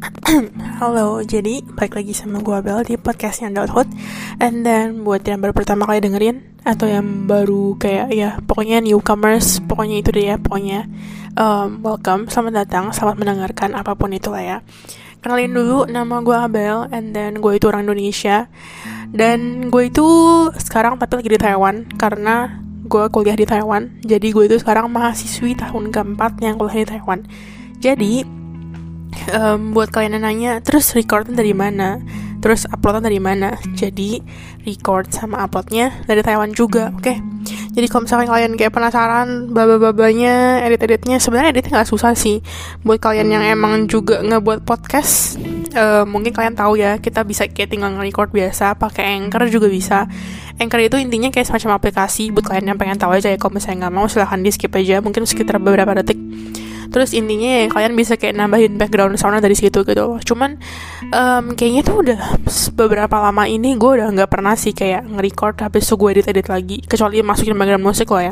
Halo, jadi balik lagi sama gue Bel di podcastnya Adulthood. And then buat yang baru pertama kali dengerin atau yang baru kayak ya pokoknya newcomers, pokoknya itu deh ya, pokoknya welcome, selamat datang, selamat mendengarkan apapun itulah ya. Kenalin dulu, nama gue Abel, and then gue itu orang Indonesia. Dan gue itu sekarang tapi lagi di Taiwan karena gue kuliah di Taiwan. Jadi gue itu sekarang mahasiswi tahun keempat yang kuliah di Taiwan. Jadi buat kalian yang nanya, terus recordnya dari mana? Terus uploadnya dari mana? Jadi record sama uploadnya dari Taiwan juga, oke? Jadi kalau misalkan kalian kayak penasaran baba-babanya, edit-editnya, sebenarnya editnya nggak susah sih. Buat kalian yang emang juga ngebuat podcast, mungkin kalian tahu ya, kita bisa kayak tinggal nge-record biasa, pakai Anchor juga bisa. Anchor itu intinya kayak semacam aplikasi. Buat kalian yang pengen tahu aja ya, kalau misalnya nggak mau silahkan di skip aja, mungkin sekitar beberapa detik. Terus intinya ya kalian bisa kayak nambahin background soundnya dari situ gitu. Cuman kayaknya tuh udah beberapa lama ini gue udah nggak pernah sih kayak nge-record habis itu gue edit lagi, kecuali masukin background musik loh ya.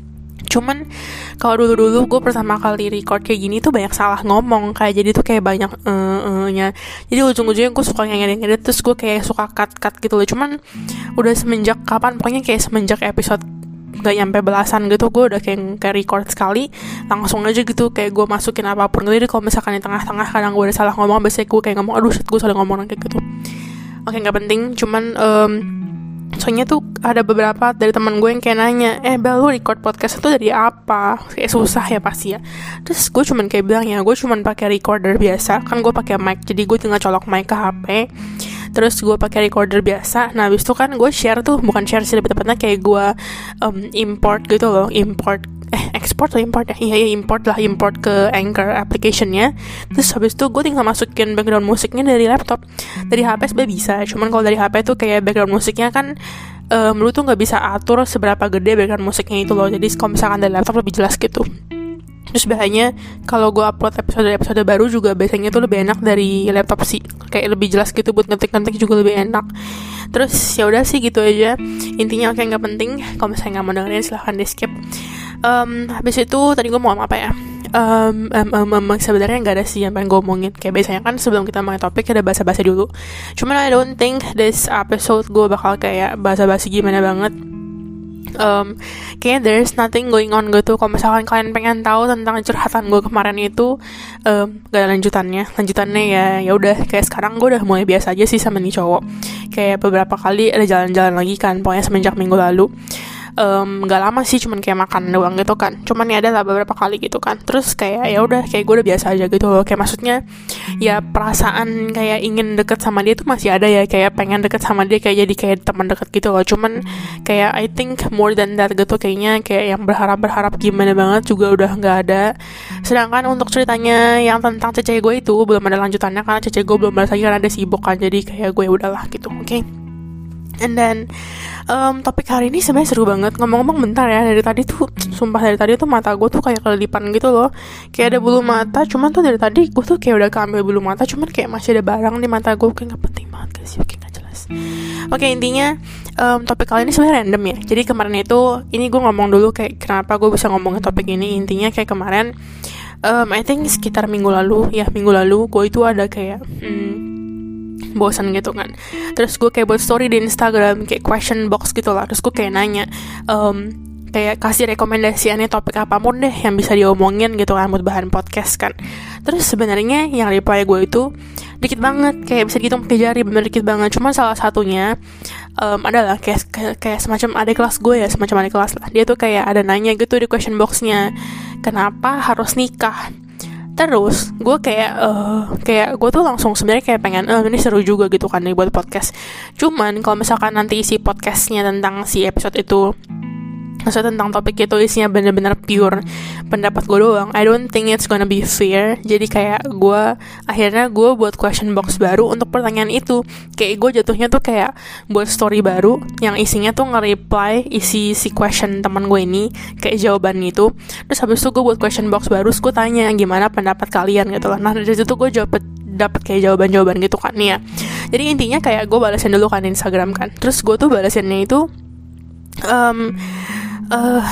Cuman kalau dulu gue pertama kali record kayak gini tuh banyak salah ngomong, kayak jadi tuh kayak banyak nya. Jadi ujung-ujungnya gue suka ngedit terus gue kayak suka cut gitu loh. Cuman udah semenjak kapan, pokoknya kayak semenjak episode gak nyampe belasan gitu, gue udah kayak record sekali langsung aja gitu, kayak gue masukin apapun gitu. Jadi kalau misalkan di tengah-tengah kadang gue udah salah ngomong, biasanya gue kayak ngomong aduh gue salah ngomong kayak gitu. Oke, nggak penting, cuman soalnya tuh ada beberapa dari teman gue yang kayak nanya, Bel, lu record podcast itu dari apa? Kayak susah ya pasti ya. Terus gue cuman kayak bilang ya, gue cuman pakai recorder biasa, kan gue pakai mic, jadi gue tinggal colok mic ke HP. Terus gue pakai recorder biasa. Nah abis itu kan gue share tuh, bukan share sih, lebih tepatnya kayak gue import gitu loh, export atau import ya? Iya import ke Anchor application-nya. Terus habis itu gue tinggal masukin background musiknya dari laptop. Dari HP sebenarnya bisa, cuman kalau dari HP tuh kayak background musiknya kan lu tuh nggak bisa atur seberapa gede background musiknya itu loh. Jadi kalau misalkan dari laptop lebih jelas gitu. Terus biasanya kalau gue upload episode baru juga biasanya tuh lebih enak dari laptop sih, kayak lebih jelas gitu, buat ngetik juga lebih enak. Terus ya udah sih gitu aja intinya. Oke, nggak penting, kalau misalnya nggak mau dengerin silahkan di skip. Habis itu tadi gue mau ngomong apa ya? Sebenarnya nggak ada sih yang pengen gue omongin. Kayak biasanya kan sebelum kita mulai topik ada basa-basi dulu. Cuman I don't think this episode gue bakal kayak basa-basi gimana banget. Kayaknya there's nothing going on gitu. Kalau misalkan kalian pengen tahu tentang curhatan gue kemarin itu, gak ada lanjutannya ya udah kayak sekarang gue udah mulai biasa aja sih sama nih cowok. Kayak beberapa kali ada jalan-jalan lagi kan, pokoknya semenjak minggu lalu. Gak lama sih, cuman kayak makan doang gitu kan. Cuman ya ada lah beberapa kali gitu kan. Terus kayak ya udah kayak gue udah biasa aja gitu loh. Kayak maksudnya ya perasaan kayak ingin deket sama dia tuh masih ada ya. Kayak pengen deket sama dia, kayak jadi kayak teman deket gitu loh. Cuman kayak I think more than that gitu. Kayaknya kayak yang berharap gimana banget juga udah gak ada. Sedangkan untuk ceritanya yang tentang cece gue itu belum ada lanjutannya, karena cece gue belum balas lagi karena ada sibuk kan. Jadi kayak gue udahlah gitu. Oke. And then topik hari ini sebenarnya seru banget. Ngomong-ngomong bentar ya, dari tadi tuh mata gue tuh kayak kelilipan gitu loh. Kayak ada bulu mata, cuman tuh dari tadi gue tuh kayak udah keambil bulu mata, cuman kayak masih ada barang di mata gue. Kayak gak penting banget guys, oke gak jelas. Oke, intinya topik kali ini sebenarnya random ya. Jadi kemarin itu, ini gue ngomong dulu kayak kenapa gue bisa ngomongin topik ini. Intinya kayak kemarin I think sekitar minggu lalu gue itu ada kayak bosan gitu kan. Terus gue kayak buat story di Instagram, kayak question box gitu lah. Terus gue kayak nanya kayak kasih rekomendasiannya topik apapun deh yang bisa diomongin gitu kan buat bahan podcast kan. Terus sebenarnya yang reply gue itu dikit banget, kayak bisa dihitung pakai jari, bener dikit banget. Cuma salah satunya adalah kayak semacam adik kelas gue ya, semacam adik kelas lah. Dia tuh kayak ada nanya gitu di question boxnya, kenapa harus nikah? Terus gue kayak gue tuh langsung sebenarnya kayak pengen ini seru juga gitu kan nih buat podcast. Cuman kalau misalkan nanti isi podcastnya tentang si episode itu, maksudnya tentang topik itu isinya bener-bener pure pendapat gue doang, I don't think it's gonna be fair. Jadi kayak akhirnya gue buat question box baru untuk pertanyaan itu. Kayak gue jatuhnya tuh kayak buat story baru yang isinya tuh nge-reply isi si question teman gue ini, kayak jawaban itu. Terus habis itu gue buat question box baru, terus gue tanya gimana pendapat kalian gitu lah. Nah dari situ gue dapat kayak jawaban gitu kan nih ya. Jadi intinya kayak gue balasin dulu kan Instagram kan. Terus gue tuh balasinnya itu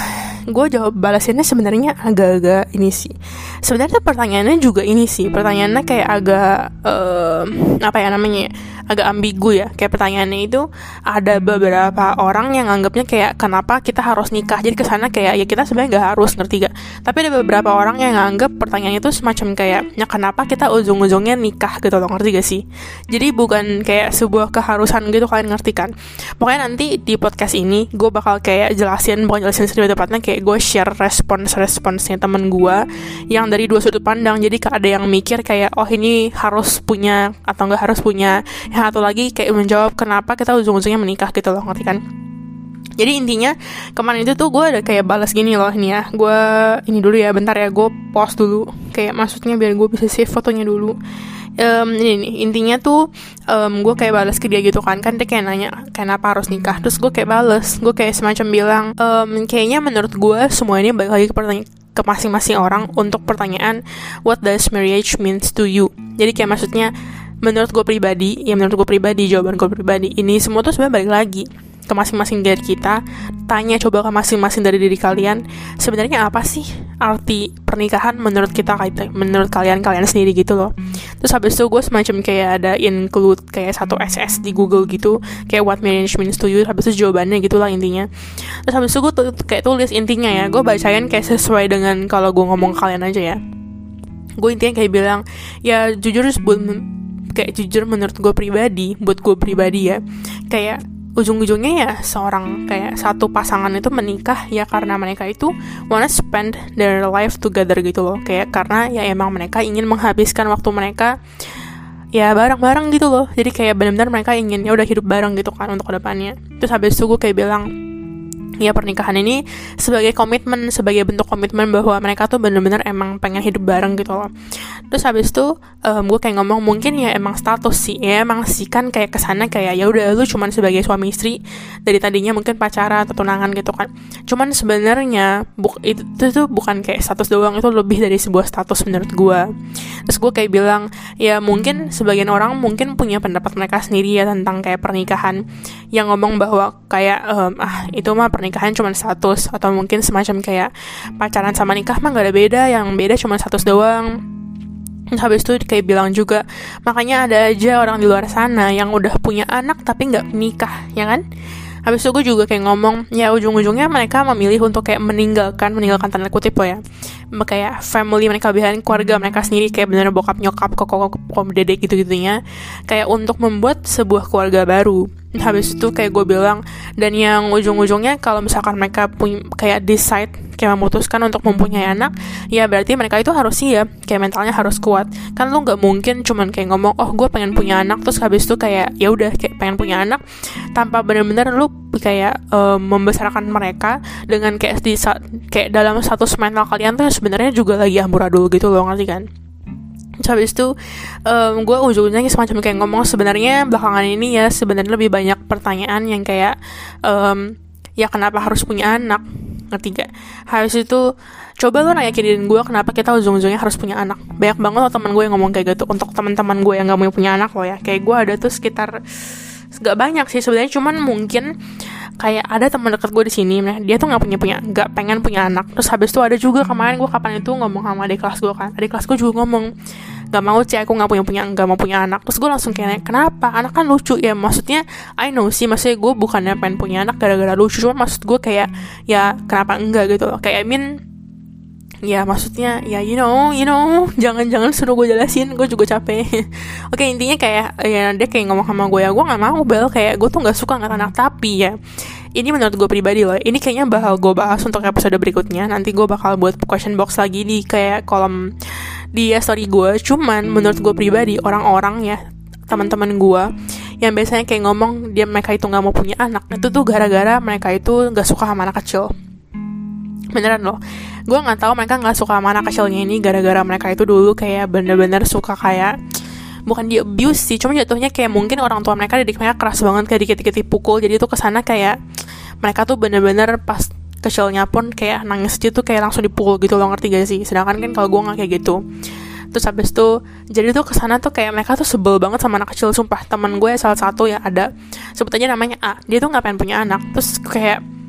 gue jawab balasannya sebenarnya agak-agak ini sih. Sebenarnya pertanyaannya juga ini sih, pertanyaannya kayak agak apa ya namanya ya, agak ambigu ya. Kayak pertanyaannya itu ada beberapa orang yang anggapnya kayak kenapa kita harus nikah. Jadi kesana kayak ya kita sebenarnya nggak harus, ngerti gak? Tapi ada beberapa orang yang anggap pertanyaan itu semacam kayak ya kenapa kita ujung-ujungnya nikah gitu loh, ngerti gak sih? Jadi bukan kayak sebuah keharusan gitu, kalian ngerti kan? Pokoknya nanti di podcast ini gue bakal kayak jelasin lebih tepatnya kayak gue share responsnya temen gue yang dari dua sudut pandang. Jadi ada yang mikir kayak oh ini harus punya atau nggak harus punya, yang satu lagi kayak menjawab kenapa kita ujung-ujungnya menikah gitu loh, ngerti kan? Jadi intinya kemarin itu tuh gue ada kayak balas gini loh, ini ya, gue ini dulu ya, bentar ya, gue pause dulu kayak maksudnya biar gue bisa save fotonya dulu. Ini nih, intinya tuh gue kayak balas ke dia gitu kan dia kayak nanya kenapa harus nikah, terus gue kayak balas, gue kayak semacam bilang kayaknya menurut gue semua ini balik lagi ke masing-masing orang untuk pertanyaan what does marriage means to you. Jadi kayak maksudnya menurut gue pribadi, jawaban gue pribadi, ini semua tuh sebenarnya balik lagi ke masing-masing dari kita. Tanya coba ke masing-masing dari diri kalian, sebenarnya apa sih arti pernikahan menurut kita, menurut kalian sendiri gitu loh. Terus habis itu gue semacam kayak ada include kayak satu SS di Google gitu, kayak what marriage means to you, habis itu jawabannya gitulah intinya. Terus habis itu gue kayak tulis intinya ya, gue bacain kayak sesuai dengan kalau gue ngomong ke kalian aja ya. Gue intinya kayak bilang ya jujur menurut gue pribadi, buat gue pribadi ya, kayak ujung-ujungnya ya seorang kayak satu pasangan itu menikah ya karena mereka itu wanna spend their life together gitu loh, kayak karena ya emang mereka ingin menghabiskan waktu mereka ya bareng-bareng gitu loh. Jadi kayak benar-benar mereka ingin ya udah hidup bareng gitu kan untuk kedepannya. Terus habis itu gue kayak bilang ya pernikahan ini sebagai komitmen, sebagai bentuk komitmen bahwa mereka tuh benar-benar emang pengen hidup bareng gitu loh. Terus habis itu gue kayak ngomong mungkin ya emang status sih, ya emang sih kan kayak kesana kayak ya udah lu cuman sebagai suami istri dari tadinya mungkin pacaran atau tunangan gitu kan. Cuman sebenarnya itu tuh bukan kayak status doang, itu lebih dari sebuah status menurut gue. Terus gue kayak bilang ya mungkin sebagian orang mungkin punya pendapat mereka sendiri ya tentang kayak pernikahan, yang ngomong bahwa kayak itu mah pernikahan cuma status, atau mungkin semacam kayak pacaran sama nikah mah gak ada beda, yang beda cuma status doang. Habis itu kayak bilang juga makanya ada aja orang di luar sana yang udah punya anak tapi gak nikah, ya kan? Habis itu gue juga kayak ngomong ya ujung-ujungnya mereka memilih untuk kayak meninggalkan tanda kutip loh ya, kayak family mereka, biarin keluarga mereka sendiri, kayak bener bokap nyokap koko dedek gitu-gitunya, kayak untuk membuat sebuah keluarga baru. Habis itu kayak gue bilang, dan yang ujung-ujungnya kalau misalkan mereka kayak decide kayak memutuskan untuk mempunyai anak, ya berarti mereka itu harus siap, kayak mentalnya harus kuat. Kan lu nggak mungkin cuman kayak ngomong oh gue pengen punya anak, terus habis itu kayak ya udah kayak pengen punya anak tanpa benar-benar lu kayak membesarkan mereka dengan kayak dalam status mental kalian tuh sebenarnya juga lagi amburadul gitu loh, ngerti kan? Terus habis itu gue ujung-ujungnya semacam kayak ngomong sebenarnya belakangan ini ya sebenarnya lebih banyak pertanyaan yang kayak ya kenapa harus punya anak, ngerti gak? Habis itu coba lo yakin gue kenapa kita ujung-ujungnya harus punya anak. Banyak banget loh teman gue yang ngomong kayak gitu. Untuk teman-teman gue yang gak mau punya anak loh ya, kayak gue ada tuh sekitar gak banyak sih sebenarnya, cuman mungkin kayak ada teman dekat gue di sini, nah dia tuh nggak pengen punya anak. Terus habis itu ada juga kemarin gue kapan itu ngomong sama adik kelas gue kan, adik kelas gue juga ngomong nggak mau sih aku nggak mau punya anak. Terus gue langsung kayak kenapa, anak kan lucu ya, maksudnya I know sih, maksudnya gue bukannya pengen punya anak gara-gara lucu, cuma maksud gue kayak ya kenapa enggak gitu loh, kayak ya maksudnya ya you know jangan suruh gue jelasin, gue juga capek. Oke, intinya kayak ya dia kayak ngomong sama gue ya gue nggak mau Bel, kayak gue tuh nggak suka ngeliat anak. Tapi ya ini menurut gue pribadi loh, ini kayaknya bakal gue bahas untuk episode berikutnya. Nanti gue bakal buat question box lagi di kayak kolom di story gue. Cuman menurut gue pribadi, orang-orang ya teman-teman gue yang biasanya kayak ngomong mereka itu nggak mau punya anak, itu tuh gara-gara mereka itu nggak suka sama anak kecil. Beneran loh, gue nggak tahu mereka nggak suka sama anak kecilnya ini gara-gara mereka itu dulu kayak bener-bener suka kayak bukan di abuse sih, cuma jatuhnya kayak mungkin orang tua mereka didik mereka keras banget, kayak dikit-dikit dipukul. Jadi tuh kesana kayak mereka tuh bener-bener pas kecilnya pun kayak nangis aja tuh kayak langsung dipukul gitu loh, ngerti gak sih? Sedangkan kan kalau gue nggak kayak gitu. Terus habis itu jadi tuh kesana tuh kayak mereka tuh sebel banget sama anak kecil. Sumpah, teman gue salah satu ya ada sebut aja namanya A, dia tuh nggak pengen punya anak. Terus kayak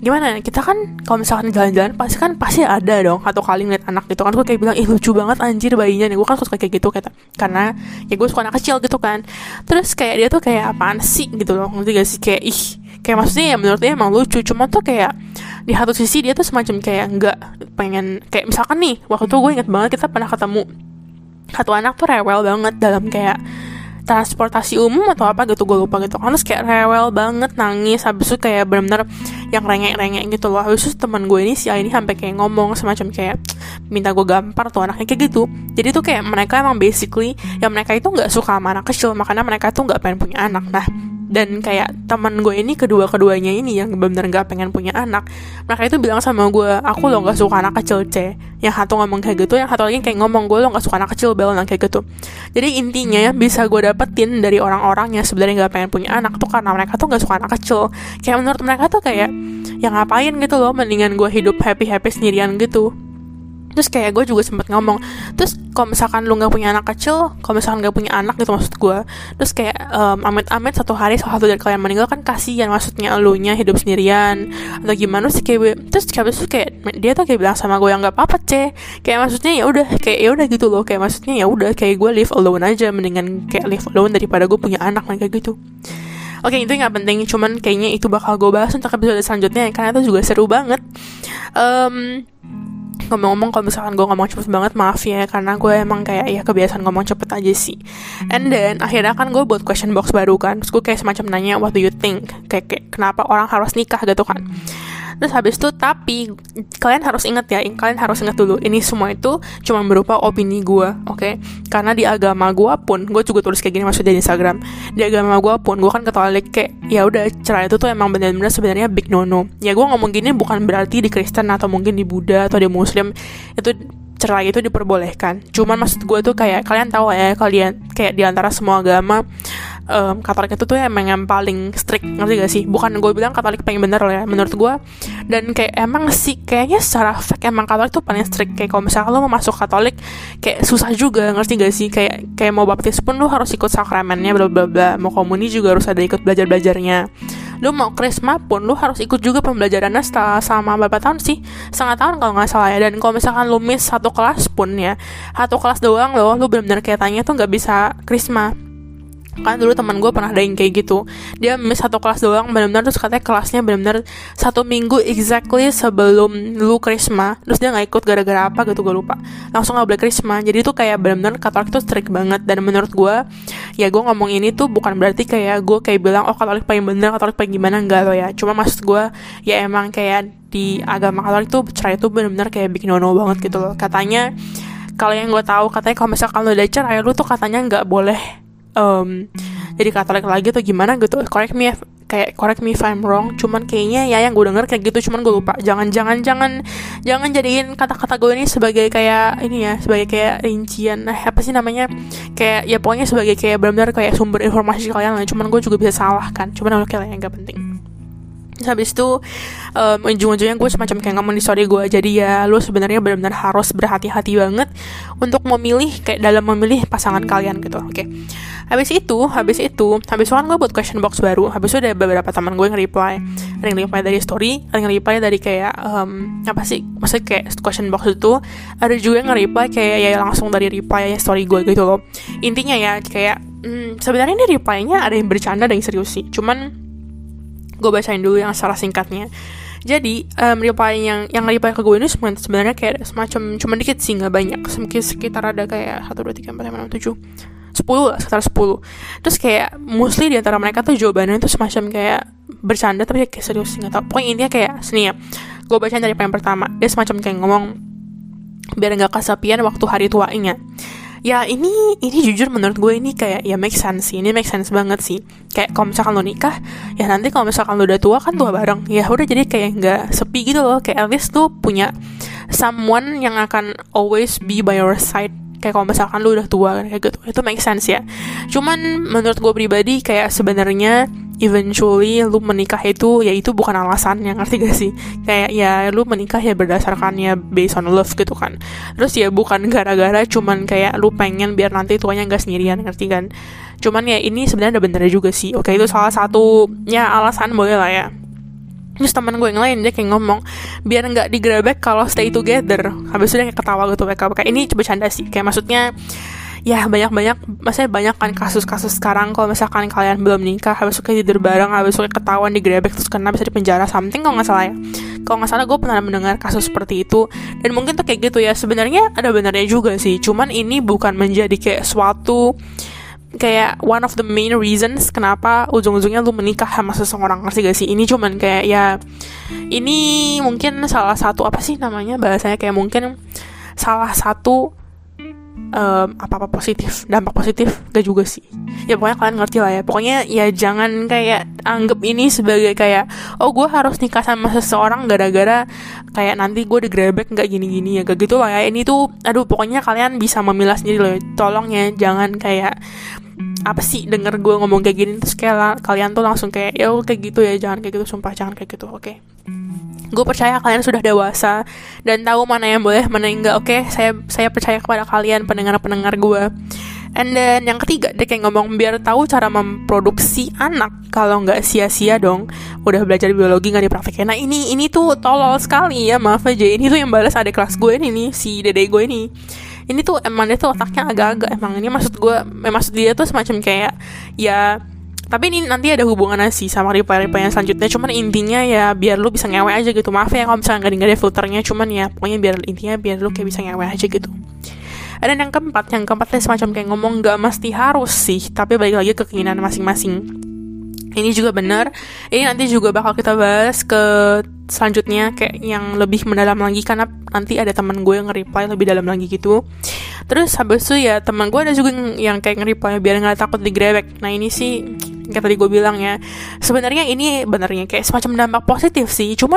gimana, kita kan kalau misalkan jalan-jalan pasti ada dong satu kali ngeliat anak gitu kan. Gue kayak bilang, ih lucu banget anjir bayinya nih. Gue kan suka kayak gitu karena ya gue suka anak kecil gitu kan. Terus kayak dia tuh kayak apaan sih gitu loh, ngerti gak sih, kayak ih, kayak maksudnya ya menurut dia emang lucu, cuma tuh kayak di satu sisi dia tuh semacam kayak nggak pengen, kayak misalkan nih waktu tuh gue inget banget kita pernah ketemu satu anak tuh rewel banget dalam kayak transportasi umum atau apa gitu, gue lupa gitu. Terus kayak rewel banget, nangis, habis itu kayak benar-benar yang rengek-rengek gitu loh. Habis itu teman gue ini si A ini sampai kayak ngomong semacam kayak minta gue gampar tuh anaknya kayak gitu. Jadi tuh kayak mereka emang basically ya mereka itu nggak suka sama anak kecil, makanya mereka tuh nggak pengen punya anak. Nah, dan kayak teman gue ini kedua-keduanya ini yang benar-benar gak pengen punya anak, mereka itu bilang sama gue, aku lo gak suka anak kecil C. Yang satu ngomong kayak gitu, yang satu lagi kayak ngomong, gue lo gak suka anak kecil Bel, kayak gitu. Jadi intinya yang bisa gue dapetin dari orang-orang yang sebenarnya gak pengen punya anak tuh karena mereka tuh gak suka anak kecil. Kayak menurut mereka tuh kayak ya ngapain gitu loh, mendingan gue hidup happy-happy sendirian gitu. Terus kayak gue juga sempet ngomong, terus kalau misalkan lu gak punya anak kecil, kalau misalkan gak punya anak gitu maksud gue, terus kayak amit-amit satu hari salah satu dari kalian meninggal kan kasihan, maksudnya elunya hidup sendirian atau gimana sih kayak. Terus kayak dia tuh kayak bilang sama gue, yang gak apa-apa C, kayak maksudnya ya udah, kayak ya udah gitu loh, kayak maksudnya ya udah, kayak gue live alone aja, mendingan kayak live alone daripada gue punya anak kayak gitu. Oke, itu nggak penting, cuman kayaknya itu bakal gue bahas untuk episode selanjutnya karena itu juga seru banget. Ngomong-ngomong, kalau misalkan gue ngomong cepet banget, maaf ya, karena gue emang kayak ya kebiasaan ngomong cepet aja sih. And then akhirnya kan gue buat question box baru kan, terus gue kayak semacam nanya, what do you think, kayak kenapa orang harus nikah gitu kan. Terus habis itu, tapi kalian harus ingat ya, kalian harus ingat dulu, ini semua itu cuma berupa opini gue, oke? Karena di agama gue pun, gue juga tulis kayak gini maksudnya di Instagram, di agama gue pun, gue kan Katolik, kayak ya udah, cerai itu tuh emang benar-benar sebenarnya big no-no. Ya gue ngomong gini bukan berarti di Kristen atau mungkin di Buddha atau di Muslim itu cerai itu diperbolehkan. Cuman maksud gue tuh kayak kalian tahu ya, kalian kayak di antara semua agama, Katolik itu tuh emang yang paling strict, ngerti gak sih? Bukan gue bilang Katolik paling bener loh ya, menurut gue. Dan kayak emang sih, kayaknya secara fact emang Katolik tuh paling strict. Kayak kalau misalnya lo mau masuk Katolik, kayak susah juga, ngerti gak sih? Kayak mau baptis pun lo harus ikut sakramennya, bla bla bla. Mau komuni juga harus ada ikut belajarnya. Lo mau krisma pun lo harus ikut juga pembelajarannya setelah sama berapa tahun sih? Setengah tahun kalau nggak salah ya. Dan kalau misalkan lo miss satu kelas pun ya, satu kelas doang lo benar-benar kayak tanya tuh nggak bisa krisma. Kan dulu teman gue pernah ada yang kayak gitu, dia miss satu kelas doang benar-benar, terus katanya kelasnya benar-benar 1 minggu exactly sebelum lu krisma, terus dia nggak ikut gara-gara apa gitu, gue lupa, langsung nggak boleh krisma. Jadi tuh kayak benar-benar Katolik tuh strict banget. Dan menurut gue ya, gue ngomong ini tuh bukan berarti kayak gue kayak bilang oh Katolik paling bener, Katolik paling gimana, enggak loh ya. Cuma maksud gue ya emang kayak di agama Katolik tuh cerai tuh benar-benar kayak big no-no banget gitu loh. Katanya kalau yang gue tahu, katanya kalau misalkan lu udah cerai, lu tuh katanya nggak boleh jadi Katolik lagi atau gimana gitu. Correct me if I'm wrong. Cuman kayaknya ya yang gue denger kayak gitu. Cuman gue lupa. Jangan jadiin kata-kata gue ini sebagai kayak ini ya, sebagai kayak rincian apa sih namanya, kayak ya pokoknya sebagai kayak benar-benar kayak sumber informasi kalian lah. Cuman gue juga bisa salah kan. Cuman oke lah, yang gak penting. Terus habis itu ujung-ujungnya gue semacam kayak ngomong di story gue, jadi ya lu sebenarnya benar-benar harus berhati-hati banget untuk memilih, kayak dalam memilih pasangan kalian gitu. Oke. Habis itu kan gue buat question box baru. Habis itu ada beberapa teman gue yang reply dari story, ada yang reply dari kayak apa sih, maksudnya kayak question box itu, ada juga yang reply kayak ya langsung dari reply story gue gitu loh. Intinya ya kayak sebenarnya ini reply-nya ada yang bercanda, ada yang serius sih. Cuman gue bacain dulu yang secara singkatnya. Jadi reply yang reply ke gue ini sebenarnya kayak semacam cuma dikit sih, nggak banyak, sekitar ada kayak 1, 2, 3, 4, 5, 6, 7, 10 lah, sekitar 10. Terus kayak mostly di antara mereka tuh jawabannya itu semacam kayak bercanda tapi kayak serius, nggak tau. Pokoknya intinya kayak sini ya, gue bacain dari yang pertama. Dia semacam kayak ngomong biar nggak kesepian waktu hari tuanya. Ya ini jujur menurut gue ini kayak ya make sense sih, ini make sense banget sih. Kayak kalau misalkan lo nikah, ya nanti kalau misalkan lo udah tua kan tua bareng, ya udah jadi kayak nggak sepi gitu loh. Kayak at least lo punya someone yang akan always be by your side. Kayak kalau misalkan lo udah tua kayak gitu, itu make sense ya. Cuman menurut gue pribadi kayak sebenarnya eventually lu menikah itu ya itu bukan alasan, yang ngerti gak sih? Kayak ya lu menikah ya berdasarkannya based on love gitu kan. Terus ya bukan gara-gara cuman kayak lu pengen biar nanti tuanya gak sendirian, ngerti kan? Cuman ya ini sebenarnya ada benernya juga sih. Oke, itu salah satu ya alasan, boleh lah ya. Terus teman gue yang lain dia kayak ngomong biar nggak digerebek kalau stay together. Habis itu dia kayak ketawa gitu, kayak ini bercanda sih, kayak maksudnya ya maksudnya banyak kan kasus-kasus sekarang kalau misalkan kalian belum nikah habis itu kayak tidur bareng, habis itu ketahuan digerebek terus kena bisa dipenjara something kalau nggak salah ya. Kalau nggak salah gue pernah mendengar kasus seperti itu, dan mungkin tuh kayak gitu ya, sebenarnya ada benarnya juga sih, cuman ini bukan menjadi kayak suatu kayak one of the main reasons kenapa ujung-ujungnya lu menikah sama seseorang, ngerti gak sih? Ini cuman kayak ya ini mungkin salah satu apa sih namanya bahasanya, kayak mungkin salah satu apa-apa positif, dampak positif gak juga sih ya, pokoknya kalian ngerti lah ya. Pokoknya ya jangan kayak anggap ini sebagai kayak oh gue harus nikah sama seseorang gara-gara kayak nanti gue digerebek gak gini-gini ya, gak gitu lah ya. Ini tuh aduh pokoknya kalian bisa memilah sendiri loh, tolong ya jangan kayak apa sih denger gue ngomong kayak gini terus kayak kalian tuh langsung kayak ya kayak gitu ya, jangan kayak gitu, sumpah jangan kayak gitu, oke? Gue percaya kalian sudah dewasa dan tahu mana yang boleh, mana yang enggak, oke? Saya percaya kepada kalian pendengar-pendengar gue. And then yang ketiga dia kayak ngomong biar tahu cara memproduksi anak, kalau nggak sia-sia dong udah belajar biologi nggak dipraktekin. Nah ini tuh tolol sekali ya, maaf aja, ini tuh yang balas adik kelas gue ini nih, si dede gue ini tuh emang dia tuh otaknya agak-agak emang ini, maksud dia tuh semacam kayak ya, tapi ini nanti ada hubungannya sih sama reply yang selanjutnya, cuman intinya ya biar lu bisa ngewe aja gitu. Maaf ya kalau misalnya nggak ada filternya, cuman ya pokoknya biar lu kayak bisa ngewe aja gitu. Dan yang keempat dia semacam kayak ngomong nggak mesti harus sih, tapi balik lagi ke keinginan masing-masing. Ini juga benar. Ini nanti juga bakal kita bahas ke selanjutnya kayak yang lebih mendalam lagi, karena nanti ada teman gue yang nge-reply lebih dalam lagi gitu. Terus habis itu ya teman gue ada juga yang kayak nge-reply biar nggak takut digerebek. Nah ini sih kayak tadi gue bilang ya, sebenarnya ini benernya kayak semacam dampak positif sih, cuman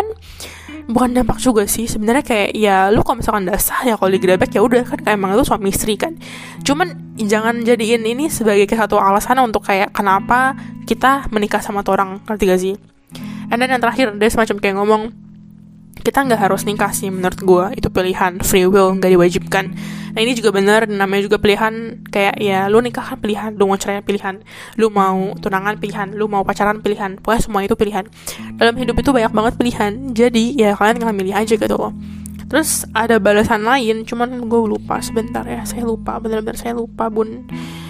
bukan dampak juga sih sebenarnya, kayak ya lu kalau misalkan udah sah ya kalau digerebek ya udah kan, kayak emang lu suami istri kan. Cuman jangan jadiin ini sebagai satu alasan untuk kayak kenapa kita menikah sama orang, ngerti gak sih? And then yang terakhir dia semacam kayak ngomong kita nggak harus nikah sih, menurut gue itu pilihan, free will, nggak diwajibkan. Nah ini juga benar, namanya juga pilihan, kayak ya lu nikah kan pilihan, lu mau cerai pilihan, lu mau tunangan pilihan, lu mau pacaran pilihan, pokoknya semua itu pilihan. Dalam hidup itu banyak banget pilihan, jadi ya kalian tinggal milih aja gitu loh. Terus ada balasan lain, cuman gue lupa sebentar ya, saya lupa, benar-benar saya lupa bun.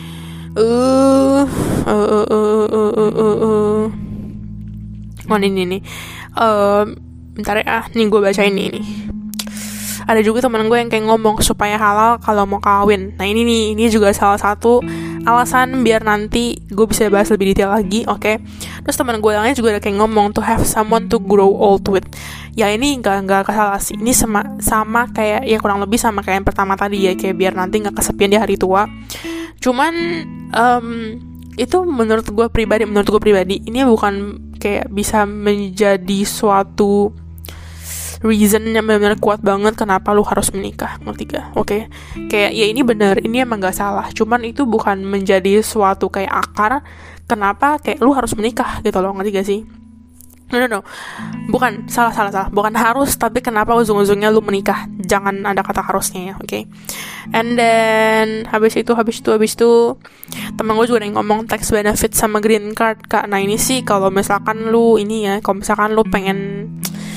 Oh ini nih, bentar ya, nih gue bacain ini. Ada juga teman gue yang kayak ngomong supaya halal kalau mau kawin. Nah ini juga salah satu alasan biar nanti gue bisa bahas lebih detail lagi, oke? Terus teman gue yang lain juga ada kayak ngomong to have someone to grow old with. Ya ini nggak salah sih. Ini sama kayak ya kurang lebih sama kayak yang pertama tadi ya, kayak biar nanti nggak kesepian di hari tua. Cuman itu menurut gue pribadi ini bukan kayak bisa menjadi suatu reason yang benar-benar kuat banget kenapa lu harus menikah, ngerti gak? Oke? Kayak ya ini benar, ini emang gak salah, cuman itu bukan menjadi suatu kayak akar kenapa kayak lu harus menikah gitu loh, ngerti gak sih? No, bukan, salah, bukan harus, tapi kenapa ujung-ujungnya lu menikah, jangan ada kata harusnya ya, oke? And then habis itu temen gue juga ada yang ngomong tax benefit sama green card, kak. Nah ini sih kalau misalkan lu pengen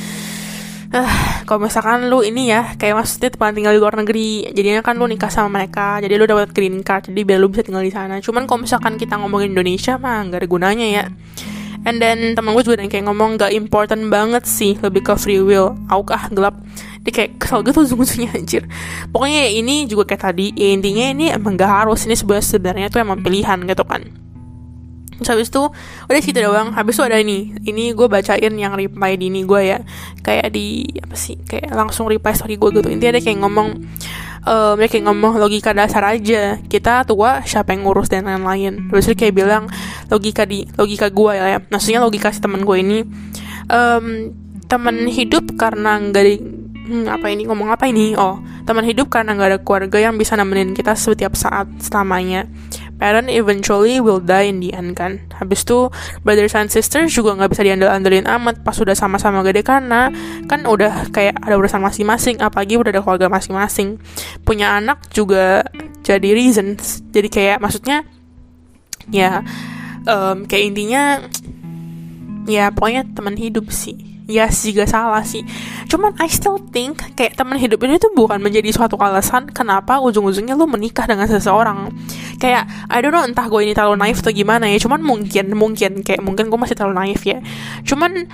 kalau misalkan lu ini ya kayak maksudnya tempat tinggal di luar negeri, jadinya kan lu nikah sama mereka, jadi lu dapat green card, jadi biar lu bisa tinggal di sana. Cuman kalau misalkan kita ngomongin Indonesia mah nggak ada gunanya ya. And then temen gue juga ada yang kayak ngomong nggak important banget sih, lebih ke free will. Gelap. Dia kayak kesel gitu ujung-ujungnya anjir. Pokoknya ini juga kayak tadi ya, intinya ini emang nggak harus, ini sebenarnya tuh emang pilihan gitu kan. Terus habis itu udah situ doang. Habis itu ada ini gue bacain yang reply di ini gue ya, kayak di apa sih, kayak langsung reply story gue gitu. Intinya ada kayak ngomong logika dasar aja, kita tua siapa yang ngurus dan lain-lain. Terus dia kayak bilang logika gue ya, maksudnya logika si teman gue ini, teman hidup karena nggak di teman hidup karena nggak ada keluarga yang bisa nemenin kita setiap saat selamanya. Parent eventually will die in the end kan. Habis itu brothers and sisters juga gak bisa diandel-andelin amat pas udah sama-sama gede, karena kan udah kayak ada urusan masing-masing, apalagi udah ada keluarga masing-masing. Punya anak juga jadi reasons. Jadi kayak maksudnya ya kayak intinya ya pokoknya teman hidup sih ya sih gak salah sih. Cuman I still think kayak teman hidup ini tuh bukan menjadi suatu alasan kenapa ujung-ujungnya lu menikah dengan seseorang. Kayak I don't know, entah gue ini terlalu naif atau gimana ya. Cuman mungkin gue masih terlalu naif ya. Cuman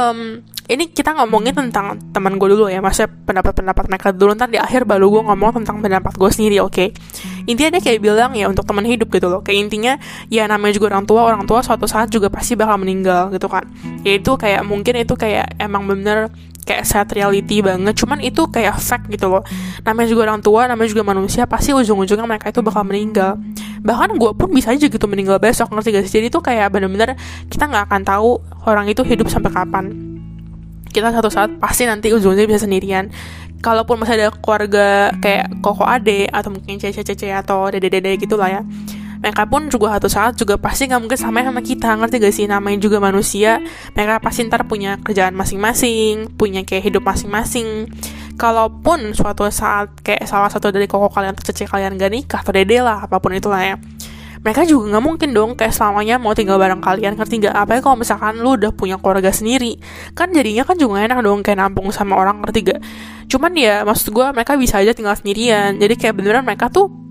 ini kita ngomongin tentang teman gue dulu ya, maksudnya pendapat mereka dulu, ntar di akhir baru gue ngomong tentang pendapat gue sendiri, oke? Intinya dia kayak bilang ya untuk teman hidup gitu loh, kayak intinya ya namanya juga orang tua suatu saat juga pasti bakal meninggal gitu kan. Ya itu kayak mungkin itu kayak emang bener kayak sad reality banget, cuman itu kayak fact gitu loh. Namanya juga orang tua, namanya juga manusia, pasti ujung-ujungnya mereka itu bakal meninggal. Bahkan gue pun bisa aja gitu meninggal besok, ngerti gak sih? Jadi itu kayak bener-bener kita gak akan tahu orang itu hidup sampai kapan. Kita suatu saat pasti nanti ujung-ujungnya bisa sendirian. Kalaupun masih ada keluarga kayak koko ade atau mungkin cece atau dede-dede gitu lah ya, mereka pun juga suatu saat juga pasti gak mungkin sama kita, ngerti gak sih? Namanya juga manusia, mereka pasti ntar punya kerjaan masing-masing, punya kayak hidup masing-masing. Kalaupun suatu saat kayak salah satu dari koko kalian atau cece kalian gak nikah atau dede lah, apapun itulah ya, mereka juga gak mungkin dong kayak selamanya mau tinggal bareng kalian, ngerti gak? Apalagi kalau misalkan lu udah punya keluarga sendiri, kan jadinya kan juga enak dong kayak nampung sama orang, ngerti gak? Cuman ya maksud gue mereka bisa aja tinggal sendirian. Jadi kayak beneran mereka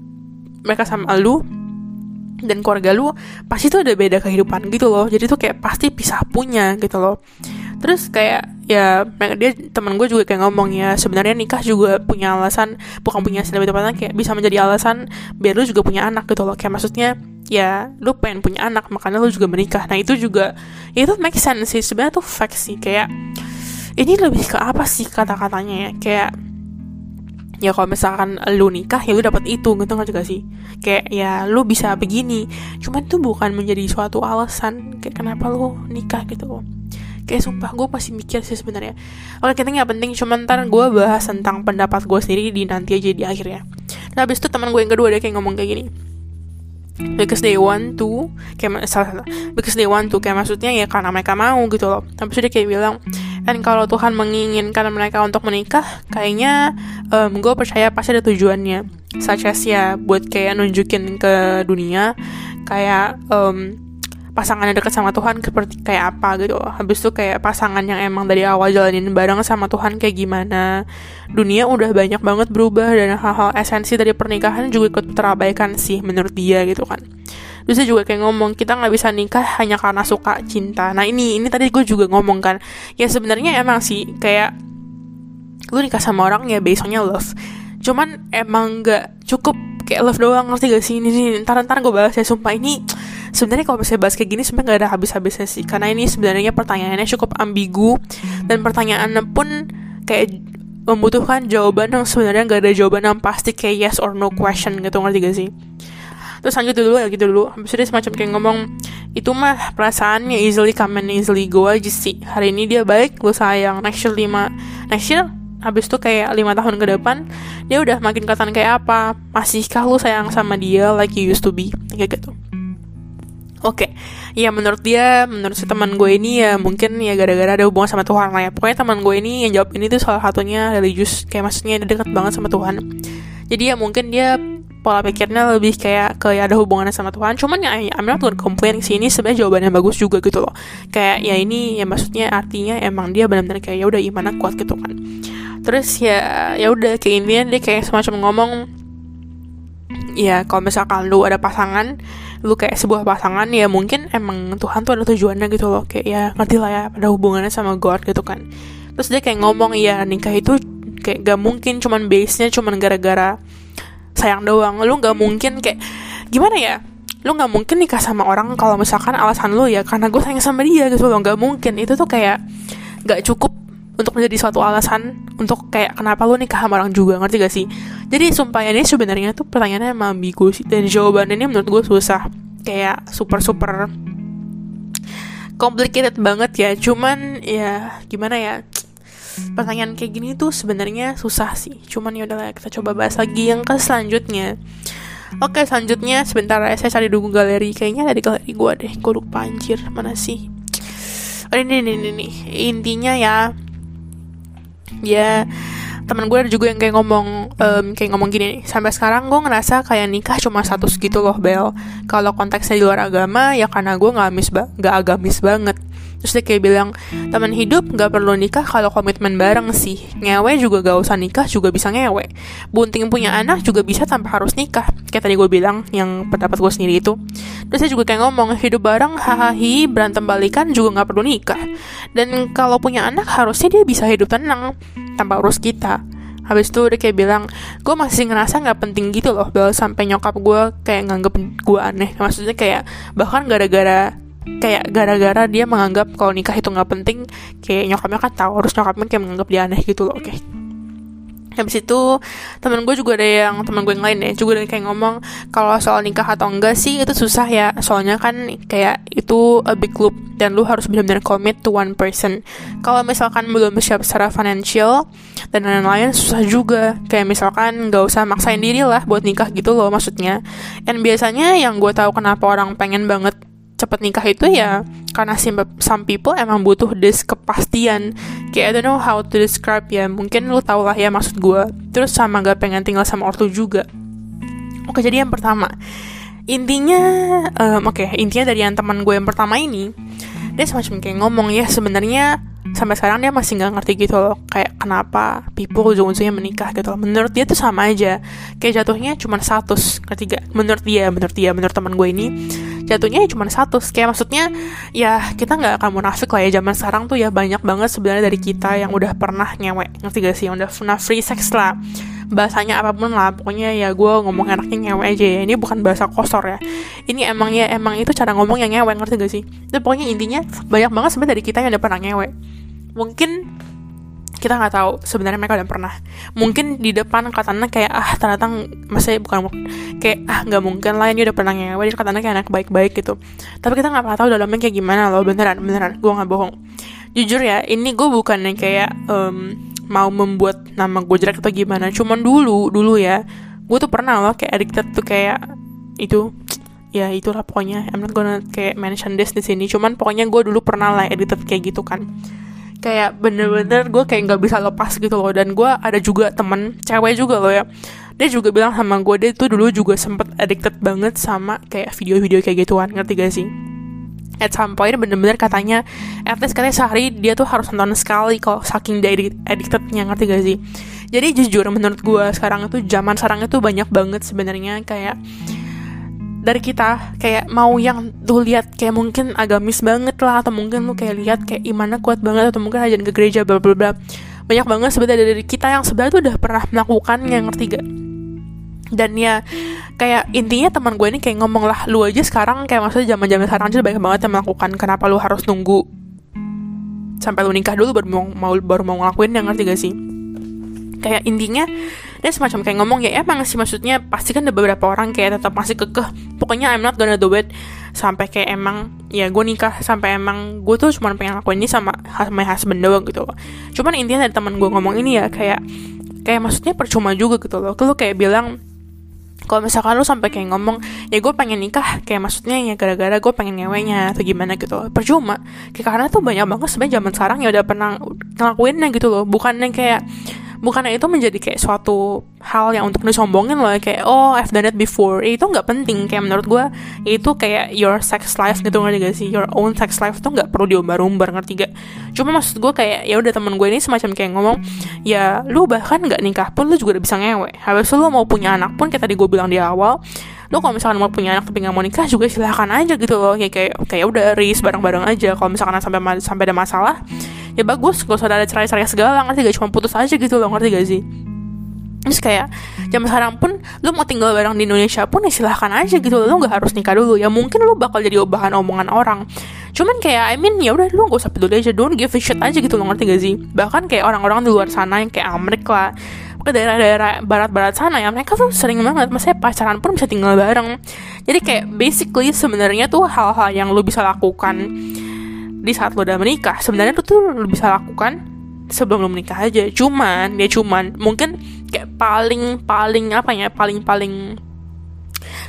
sama lu dan keluarga lu pasti tuh ada beda kehidupan gitu loh. Jadi tuh kayak pasti pisah punya gitu loh. Terus kayak ya dia teman gue juga kayak ngomong ya, sebenarnya nikah juga punya alasan, bukan punya lebih tepatnya kayak bisa menjadi alasan biar lu juga punya anak gitu loh. Kayak maksudnya ya lu pengen punya anak makanya lu juga menikah. Nah itu juga ya itu make sense sih, sebenarnya tuh fact sih. Kayak ini lebih ke apa sih kata-katanya ya, kayak ya kalau misalkan lu nikah ya lu dapat itu gitu, nggak juga sih? Kayak ya lu bisa begini, cuman itu bukan menjadi suatu alasan kayak kenapa lu nikah gitu loh. Kayak sumpah gue masih mikir sih sebenarnya. Oke, kita nggak penting, cuman ntar gue bahas tentang pendapat gue sendiri di nanti aja di akhir ya. Nah habis itu teman gue yang kedua dia kayak ngomong kayak gini, because they want to, kayak maksudnya ya karena mereka mau gitu loh. Habis itu dia kayak bilang, dan kalau Tuhan menginginkan mereka untuk menikah, kayaknya gue percaya pasti ada tujuannya, such as ya buat kayak nunjukin ke dunia kayak pasangan yang dekat sama Tuhan seperti kayak apa gitu loh. Habis itu kayak pasangan yang emang dari awal jalanin bareng sama Tuhan kayak gimana. Dunia udah banyak banget berubah dan hal-hal esensi dari pernikahan juga ikut terabaikan sih menurut dia gitu kan. Terus dia juga kayak ngomong, kita gak bisa nikah hanya karena suka cinta. Nah ini tadi gue juga ngomong kan, ya sebenarnya emang sih kayak lu nikah sama orang ya basicnya love, cuman emang gak cukup kayak love doang, ngerti gak sih? Ini ntar gue bahas ya, sumpah ini sebenarnya kalau misalnya bahas kayak gini sebenarnya gak ada habis-habisnya sih, karena ini sebenarnya pertanyaannya cukup ambigu dan pertanyaannya pun kayak membutuhkan jawaban yang sebenarnya gak ada jawaban yang pasti kayak yes or no question gitu, ngerti gak sih? Terus lanjut dulu ya gitu dulu. Habis itu dia semacam kayak ngomong, itu mah perasaannya easily come and easily go aja sih. Hari ini dia baik, lu sayang. Next year habis itu kayak 5 tahun ke depan dia udah makin kelihatan kayak apa. Masihkah lu sayang sama dia like you used to be? Kayak gitu. Oke, ya menurut si teman gue ini ya mungkin ya gara-gara ada hubungan sama Tuhan lah ya. Pokoknya teman gue ini yang jawab ini tuh salah satunya religius, kayak maksudnya dia dekat banget sama Tuhan. Jadi ya mungkin dia pola pikirnya lebih kayak ada hubungannya sama Tuhan. Cuman ya I'm not gonna complain sih, ini sebenarnya jawabannya bagus juga gitu loh. Kayak ya ini ya maksudnya artinya emang dia benar-benar kayak ya udah imannya kuat gitu kan. Terus ya udah kayak intinya dia kayak semacam ngomong, ya kalau misalkan lu ada pasangan, lu kayak sebuah pasangan ya mungkin emang Tuhan tuh ada tujuannya gitu loh. Kayak ya ngerti lah ya, ada hubungannya sama God gitu kan. Terus dia kayak ngomong, ya nikah itu kayak gak mungkin cuman base-nya cuman gara-gara sayang doang. Lu gak mungkin kayak gimana ya, lu gak mungkin nikah sama orang kalau misalkan alasan lu ya karena gue sayang sama dia gitu loh. Gak mungkin, itu tuh kayak gak cukup untuk menjadi suatu alasan untuk kayak kenapa lu nikah sama orang juga, ngerti gak sih? Jadi sumpah ini sebenarnya tuh pertanyaannya emang ambigu sih, dan jawabannya ini menurut gue susah, kayak super complicated banget ya. Cuman ya gimana ya, pertanyaan kayak gini tuh sebenarnya susah sih. Cuman ya udahlah, kita coba bahas lagi yang ke selanjutnya. Oke, selanjutnya sebentar ya, saya cari dulu galeri. Kayaknya ada di galeri gue deh, gue lupa anjir, mana sih? Oh, ini. Intinya ya teman gue juga yang kayak ngomong gini nih, sampai sekarang gue ngerasa kayak nikah cuma status gitu loh Bel. Kalau konteksnya di luar agama ya karena gue gak agamis banget. Terus dia kayak bilang, teman hidup gak perlu nikah kalau komitmen bareng sih. Ngewe juga gak usah nikah, juga bisa ngewe. Bunting punya anak juga bisa tanpa harus nikah. Kayak tadi gue bilang, yang pendapat gue sendiri itu. Terus dia juga kayak ngomong, hidup bareng, hahaha, berantem balikan juga gak perlu nikah. Dan kalau punya anak, harusnya dia bisa hidup tenang tanpa urus kita. Habis itu dia kayak bilang, gue masih ngerasa gak penting gitu loh, sampai nyokap gue kayak nganggep gue aneh. Maksudnya kayak, bahkan gara-gara dia menganggap kalau nikah itu nggak penting, kayak nyokapnya kan tahu, harus nyokapnya kayak menganggap dia aneh gitu loh. Oke. Habis itu temen gue yang lain ya juga kayak ngomong kalau soal nikah atau enggak sih itu susah ya, soalnya kan kayak itu a big loop dan lu harus benar-benar commit to one person. Kalau misalkan belum siap secara financial dan lain-lain susah juga, kayak misalkan nggak usah maksain diri lah buat nikah gitu loh maksudnya. Dan biasanya yang gue tahu kenapa orang pengen banget cepet nikah itu ya karena some people emang butuh kepastian. Kayak I don't know how to describe ya, mungkin lu tau lah ya maksud gue. Terus sama gak pengen tinggal sama ortu juga. Oke, jadi yang pertama intinya dari yang teman gue yang pertama ini, dia semacam kayak ngomong ya sebenarnya sampai sekarang dia masih nggak ngerti gitu loh, kayak kenapa people ujung-ujungnya menikah gitu loh. Menurut dia tuh sama aja, kayak jatuhnya cuma status. Ketiga, menurut teman gue ini jatuhnya ya cuma status. Kayak maksudnya ya kita nggak akan munafik lah ya, zaman sekarang tuh ya banyak banget sebenarnya dari kita yang udah pernah ngewe, ngerti gak sih, yang udah pernah free sex lah, bahasanya apapun lah, pokoknya ya gue ngomong enaknya ngewe aja ya, ini bukan bahasa kosor ya, ini emang itu cara ngomong yang ngewe, ngerti gak sih. Tapi pokoknya intinya banyak banget sebenarnya dari kita yang udah pernah ngewe. Mungkin kita nggak tahu sebenarnya mereka udah pernah, mungkin di depan katanya kayak ternyata masih bukan kayak nggak mungkin lah ini udah pernah ngewe, dia katanya kayak anak baik-baik gitu, tapi kita nggak pernah tahu dalamnya kayak gimana loh. Beneran gue nggak bohong, jujur ya, ini gue bukannya kayak mau membuat nama gue jelek atau gimana, cuman dulu ya gue tuh pernah loh kayak addicted tuh kayak itu ya, itulah pokoknya. I'm not gonna kayak mention this di sini, cuman pokoknya gue dulu pernah lah addicted kayak gitu kan, kayak bener-bener gue kayak nggak bisa lepas gitu loh. Dan gue ada juga temen cewek juga loh ya, dia juga bilang sama gue, dia tuh dulu juga sempet addicted banget sama kayak video-video kayak gituan, ngerti gak sih. At some point bener-bener katanya at least katanya sehari dia tuh harus nonton sekali kalau saking dia addictednya, ngerti gak sih. Jadi jujur menurut gue sekarang itu, zaman sekarang itu banyak banget sebenarnya kayak dari kita kayak mau yang tuh lihat kayak mungkin agamis banget lah, atau mungkin lu kayak lihat kayak imannya kuat banget, atau mungkin aja ke gereja bla bla bla. Banyak banget sebenarnya dari kita yang sebenarnya tuh udah pernah melakukannya, ngerti gak. Dan ya kayak intinya teman gue ini kayak ngomong lah, lu aja sekarang kayak maksudnya zaman sekarang aja banyak banget yang melakukan, kenapa lu harus nunggu sampai lu nikah dulu baru mau ngelakuin, yang ngerti gak sih. Kayak intinya dia semacam kayak ngomong ya emang sih, maksudnya pasti kan ada beberapa orang kayak tetap masih kekeh, pokoknya I'm not gonna do it sampai kayak emang ya gue nikah, sampai emang gue tuh cuma pengen lakuin ini sama my husband doang gitu loh. Cuman intinya dari teman gue ngomong ini ya kayak maksudnya percuma juga gitu loh. Lu kayak bilang kalau misalkan lu sampai kayak ngomong ya gue pengen nikah, kayak maksudnya ya gara-gara gue pengen ngewenya atau gimana gitu, percuma. Kayak karena tuh banyak banget sebenarnya zaman sekarang ya udah pernah ngelakuinnya gitu loh. Bukannya itu menjadi kayak suatu hal yang untuk disombongin loh, kayak I've done it before. Itu nggak penting, kayak menurut gue itu kayak your sex life gitu, ngerti gak sih. Your own sex life tuh nggak perlu diumbar-umbar, ngerti gak. Cuma maksud gue kayak ya udah, temen gue ini semacam kayak ngomong ya lu bahkan nggak nikah pun lu juga udah bisa ngewe. Habis itu lu mau punya anak pun kayak tadi gue bilang di awal, lu kalau misalkan mau punya anak tapi nggak mau nikah juga silahkan aja gitu loh. Kayak udah race bareng-bareng aja. Kalau misalkan sampai ada masalah ya bagus, gak usah ada cerai-cerai segala, ngerti gak, cuma putus aja gitu loh, ngerti gak sih. Terus kayak zaman sekarang pun lu mau tinggal bareng di Indonesia pun ya silahkan aja gitu loh, lu gak harus nikah dulu. Ya mungkin lu bakal jadi bahan omongan orang, cuman kayak ya udah lu gak usah peduli aja, don't give a shit aja gitu loh, ngerti gak sih. Bahkan kayak orang-orang di luar sana yang kayak Amerika lah, ke daerah-daerah barat-barat sana ya, mereka tuh sering banget maksudnya pacaran pun bisa tinggal bareng. Jadi kayak basically sebenarnya tuh hal-hal yang lu bisa lakukan di saat lo udah menikah sebenarnya tuh lo bisa lakukan sebelum lo menikah aja. Cuman mungkin kayak paling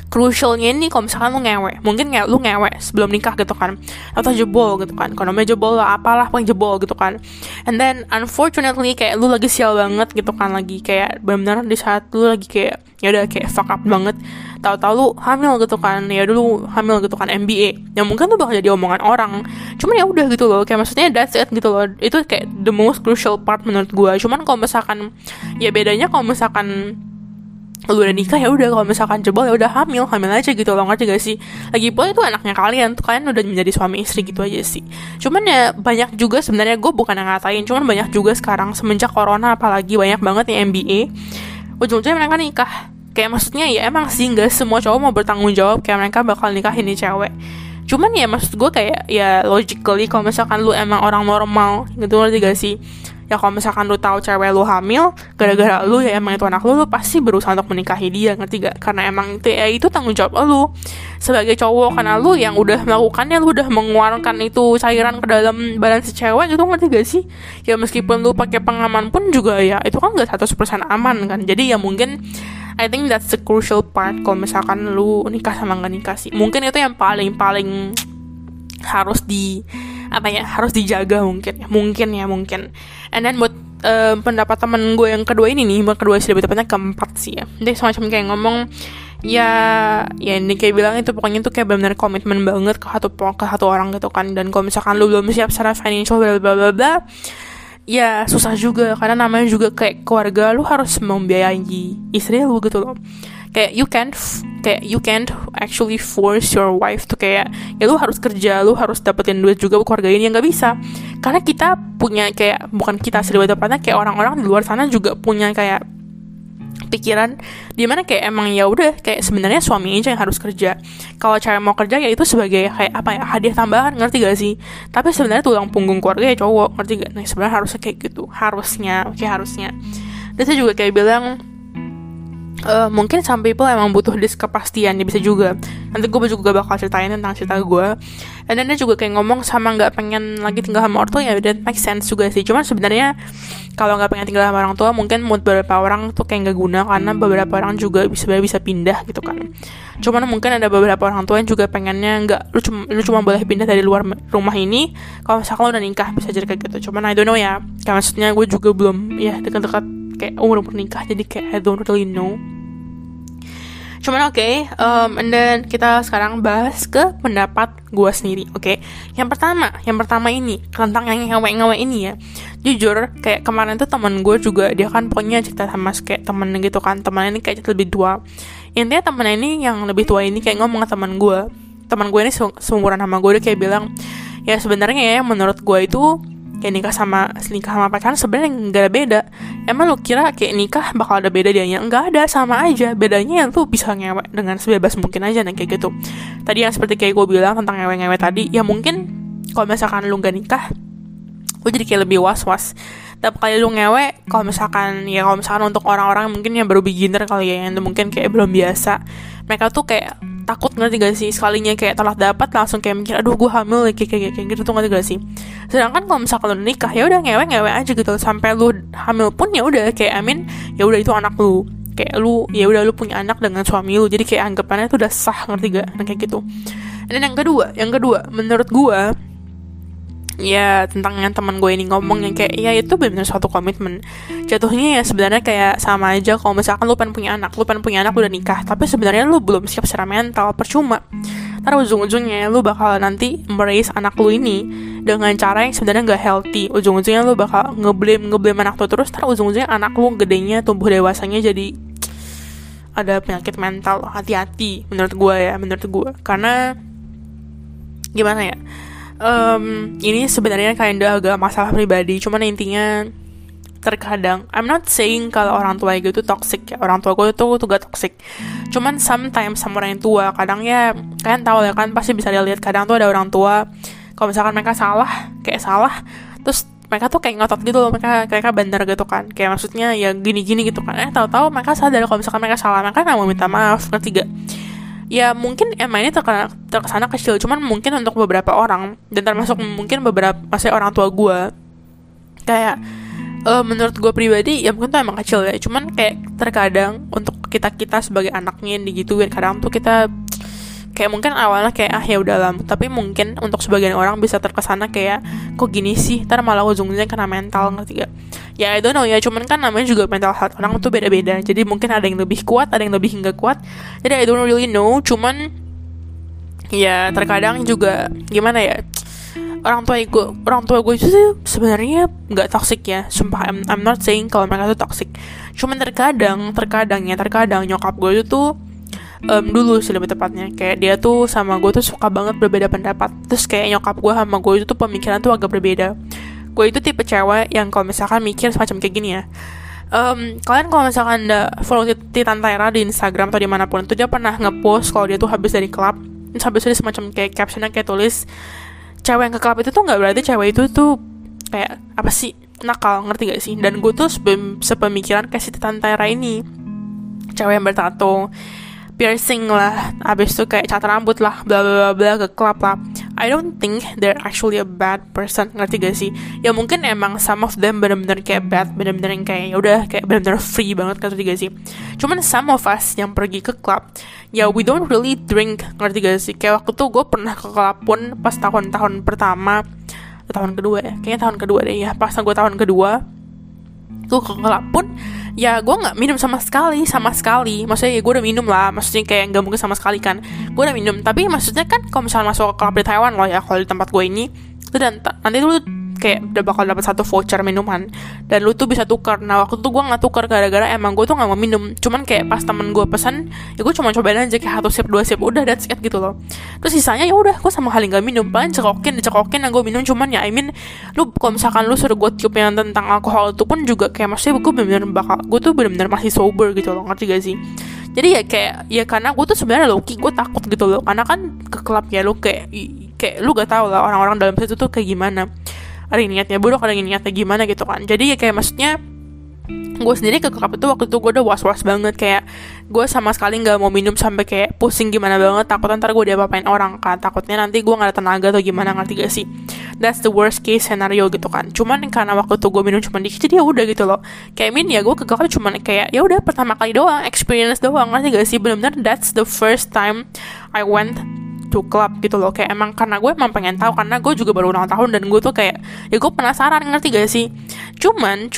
crucialnya ini kalau misalkan lu ngewe, mungkin lu ngewe sebelum nikah gitu kan, atau jebol gitu kan, kondomnya jebol lah, apalah pun jebol gitu kan, and then unfortunately kayak lu lagi sial banget gitu kan, lagi kayak benar-benar di saat lu lagi kayak ya udah kayak fuck up banget, tahu-tahu lu hamil gitu kan, ya dulu hamil gitu kan, MBA, yang mungkin tuh bakal jadi omongan orang, cuman ya udah gitu loh, kayak maksudnya that's it gitu loh, itu kayak the most crucial part menurut gue. Cuman kalau misalkan ya bedanya kalau misalkan lu udah nikah ya udah, kalau misalkan jebol ya udah hamil aja gitu loh, ngerti gak sih? Lagi pula itu anaknya kalian tuh, kalian udah menjadi suami istri gitu aja sih. Cuman ya banyak juga sebenarnya, gue bukan yang ngatain, cuman banyak juga sekarang semenjak corona apalagi banyak banget yang MBA ujung-ujungnya mereka nikah. Kayak maksudnya ya emang sih gak semua cowok mau bertanggung jawab kayak mereka bakal nikahin nih cewek. Cuman ya maksud gue kayak ya logically kalau misalkan lu emang orang normal gitu, ngerti gak sih? Ya kalau misalkan lu tahu cewek lu hamil gara-gara lu, ya emang itu anak lu pasti berusaha untuk menikahi dia, ngerti gak? Karena emang itu ya itu tanggung jawab lu sebagai cowok, karena lu yang udah melakukannya, lu udah mengeluarkan itu cairan ke dalam badan si cewek gitu, ngerti gak sih? Ya meskipun lu pakai pengaman pun juga ya itu kan gak 100% aman kan. Jadi ya mungkin I think that's the crucial part kalau misalkan lu nikah sama gak nikah sih. Mungkin itu yang paling harus harus dijaga mungkin. And then buat pendapat temen gue yang kedua ini nih, kedua sih lebih tepatnya keempat sih ya, dia semacam kayak ngomong ya ini kayak bilang itu pokoknya tuh kayak benar-benar komitmen banget ke satu orang gitu kan. Dan kalau misalkan lu belum siap secara financial bla bla bla bla, ya susah juga, karena namanya juga kayak keluarga, lu harus membiayai istri lu gitu loh. Kayak you can't actually force your wife to kayak ya lu harus kerja, lu harus dapetin duit juga buat keluarga ini, yang nggak bisa. Karena kita punya kayak, bukan kita sih lebih tepatnya, kayak orang-orang di luar sana juga punya kayak pikiran dimana kayak emang ya udah kayak sebenarnya suami aja yang harus kerja. Kalau cewek mau kerja ya itu sebagai kayak apa ya, hadiah tambahan, ngerti gak sih? Tapi sebenarnya tulang punggung keluarga ya cowok, ngerti gak? Nah sebenarnya harusnya kayak gitu, harusnya. Dan saya juga kayak bilang mungkin some people emang butuh kepastian, ya bisa juga. Nanti gue juga bakal ceritain tentang cerita gue. Dan dia juga kayak ngomong sama nggak pengen lagi tinggal sama ortu, ya that make sense juga sih. Cuman sebenarnya kalau nggak pengen tinggal sama orang tua, mungkin buat beberapa orang tuh kayak nggak guna, karena beberapa orang juga bisa pindah gitu kan. Cuman mungkin ada beberapa orang tua yang juga pengennya nggak, lu cuma boleh pindah dari luar rumah ini kalau misalkan lu udah nikah, bisa jadi kayak gitu. Cuman I don't know ya, kayak maksudnya gue juga belum ya dekat-dekat kayak umur nikah, jadi kayak I don't really know. Cuman and then kita sekarang bahas ke pendapat gue sendiri, Yang pertama ini tentang yang ngewe ini ya. Jujur kayak kemarin tuh teman gue juga, dia kan pokoknya cerita sama kayak temen gitu kan, temennya ini kayak lebih tua. Intinya temennya ini yang lebih tua ini kayak ngomong ke teman gue ini seumuran sama gue, dia kayak bilang ya sebenarnya ya menurut gue itu kayak nikah sama pacaran sebenarnya nggak ada beda. Emang lu kira kayak nikah bakal ada beda dianya? Nggak ada, sama aja. Bedanya yang tuh bisa ngewe dengan sebebas mungkin aja, nah kayak gitu. Tadi yang seperti kayak gue bilang tentang ngewe tadi, ya mungkin kalau misalkan lu nggak nikah, lu jadi kayak lebih was-was. Tapi kali lu ngewe, kalau misalkan untuk orang-orang mungkin yang baru beginner kali ya, yang mungkin kayak belum biasa, mereka tuh kayak takut, ngerti gak sih? Sekalinya kayak telah dapat langsung kayak mikir, aduh gue hamil kayak gitu tuh, ngerti gak sih? Sedangkan kalau misalkan lu nikah, ya udah ngewe aja gitu, sampai lu hamil pun ya udah kayak ya udah itu anak lu, kayak lu ya udah lu punya anak dengan suami lu, jadi kayak anggapannya itu udah sah, ngerti gak? Nah kayak gitu. Dan yang kedua menurut gue ya tentang yang teman gue ini ngomong yang kayak ya itu benar suatu komitmen. Jatuhnya ya sebenarnya kayak sama aja kalau misalkan lu pengen punya anak, lu udah nikah, tapi sebenarnya lu belum siap secara mental, percuma. Ntar ujung-ujungnya lu bakal nanti meraise anak lu ini dengan cara yang sebenarnya nggak healthy. Ujung-ujungnya lu bakal ngeblame anak lu terus, ntar ujung-ujungnya anak lu gedenya, tumbuh dewasanya jadi ada penyakit mental. Hati-hati menurut gue karena gimana ya, ini sebenarnya kayak agak masalah pribadi, cuman intinya terkadang I'm not saying kalau orang tua gitu toxic ya, orang tua gue tuh gak toxic, cuman sometimes sama orang yang tua kadang ya kalian tahu ya kan, pasti bisa lihat kadang tuh ada orang tua kalau misalkan mereka salah terus mereka tuh kayak ngotot gitu loh, mereka bener gitu kan, kayak maksudnya ya gini gitu kan, tahu-tahu mereka sadar kalau misalkan mereka salah, mereka nggak mau minta maaf, ngerti gak? Ya mungkin emang ini terkesana kecil, cuman mungkin untuk beberapa orang, dan termasuk mungkin beberapa masih orang tua gue, kayak menurut gue pribadi ya mungkin tuh emang kecil ya, cuman kayak terkadang untuk kita sebagai anaknya yang digituin, kadang tuh kita kayak mungkin awalnya kayak ya udahlah, tapi mungkin untuk sebagian orang bisa terkesana kayak kok gini sih, ntar malah ujungnya kena mental, ngerti gak? Ya I don't know ya, cuman kan namanya juga mental health orang tuh beda-beda, jadi mungkin ada yang lebih kuat, ada yang lebih nggak kuat, jadi I don't really know. Cuman ya terkadang juga gimana ya, orang tua gue itu sebenarnya nggak toxic ya, sumpah. I'm not saying kalau mereka tuh toxic, cuman terkadang nyokap gue itu tuh dulu sih lebih tepatnya, kayak dia tuh sama gue tuh suka banget berbeda pendapat. Terus kayak nyokap gue sama gue itu tuh pemikiran tuh agak berbeda. Gue itu tipe cewek yang kalau misalkan mikir semacam kayak gini ya, kalian kalau misalkan follow Titan Tyra di Instagram atau dimanapun tuh, dia pernah ngepost kalau dia tuh habis dari klub. Terus habis itu semacam kayak captionnya kayak tulis, cewek yang ke klub itu tuh gak berarti cewek itu tuh kayak apa sih, nakal, ngerti gak sih? Dan gue tuh sepemikiran kayak si Titan Tyra ini, cewek yang bertato, piercing lah, abis itu kayak cat rambut lah, bla bla bla, ke klub lah. I don't think they're actually a bad person, ngerti gak sih? Ya mungkin emang some of them bener-bener kayak bad, bener-bener yang kayak yaudah kayak bener-bener free banget, ngerti gak sih? Cuman some of us yang pergi ke klub, ya we don't really drink, ngerti gak sih? Kayak waktu tuh gue pernah ke klub pun pas tahun pertama, tahun kedua ya, kayaknya tahun kedua deh ya. Pas gue tahun kedua, gue ke klub pun ya gue nggak minum sama sekali. Maksudnya ya gue udah minum lah, maksudnya kayak nggak mungkin sama sekali kan, gue udah minum. Tapi maksudnya kan kalau misalnya masuk ke klub di Taiwan loh ya, kalau di tempat gue ini tuh, dan nanti lu kayak udah bakal dapat 1 voucher minuman dan lu tuh bisa tukar. Nah waktu tuh gue nggak tukar gara-gara emang gue tuh nggak mau minum, cuman kayak pas temen gue pesan ya gue cuma cobain aja kayak 1 sip 2 sip udah, that's it gitu loh. Terus sisanya ya udah gue sama kali nggak minum, paling dicekokin yang gue minum. Cuman ya I mean, lu kalau misalkan lu suruh gue tiup yang tentang alkohol itu pun juga kayak maksudnya gue tuh bener-bener masih sober gitu loh, ngerti gak sih? Jadi ya kayak ya karena gue tuh sebenarnya low-key gue takut gitu loh, karena kan ke klub ya lu kayak lu gak tahu lah orang-orang dalam situ tuh kayak gimana, ada yang niatnya buruk, ada yang niatnya gimana gitu kan. Jadi ya kayak maksudnya gue sendiri ke klub itu waktu itu gue udah was-was banget, kayak gue sama sekali nggak mau minum sampai kayak pusing gimana banget, takut ntar gue diapa-apain orang kan, takutnya nanti gue nggak ada tenaga atau gimana, ngerti gak sih? That's the worst case scenario gitu kan. Cuman karena waktu itu gue minum cuma dikit, jadi ya udah gitu loh. Kayak ya gue ke klub cuma kayak ya udah pertama kali doang, experience doang, ngerti gak sih? Benar-benar that's the first time I went to club gitu loh. Kayak emang karena gue emang pengen tahu, karena gue juga baru ulang tahun dan gue tuh kayak ya gue penasaran, ngerti gak sih? Cuman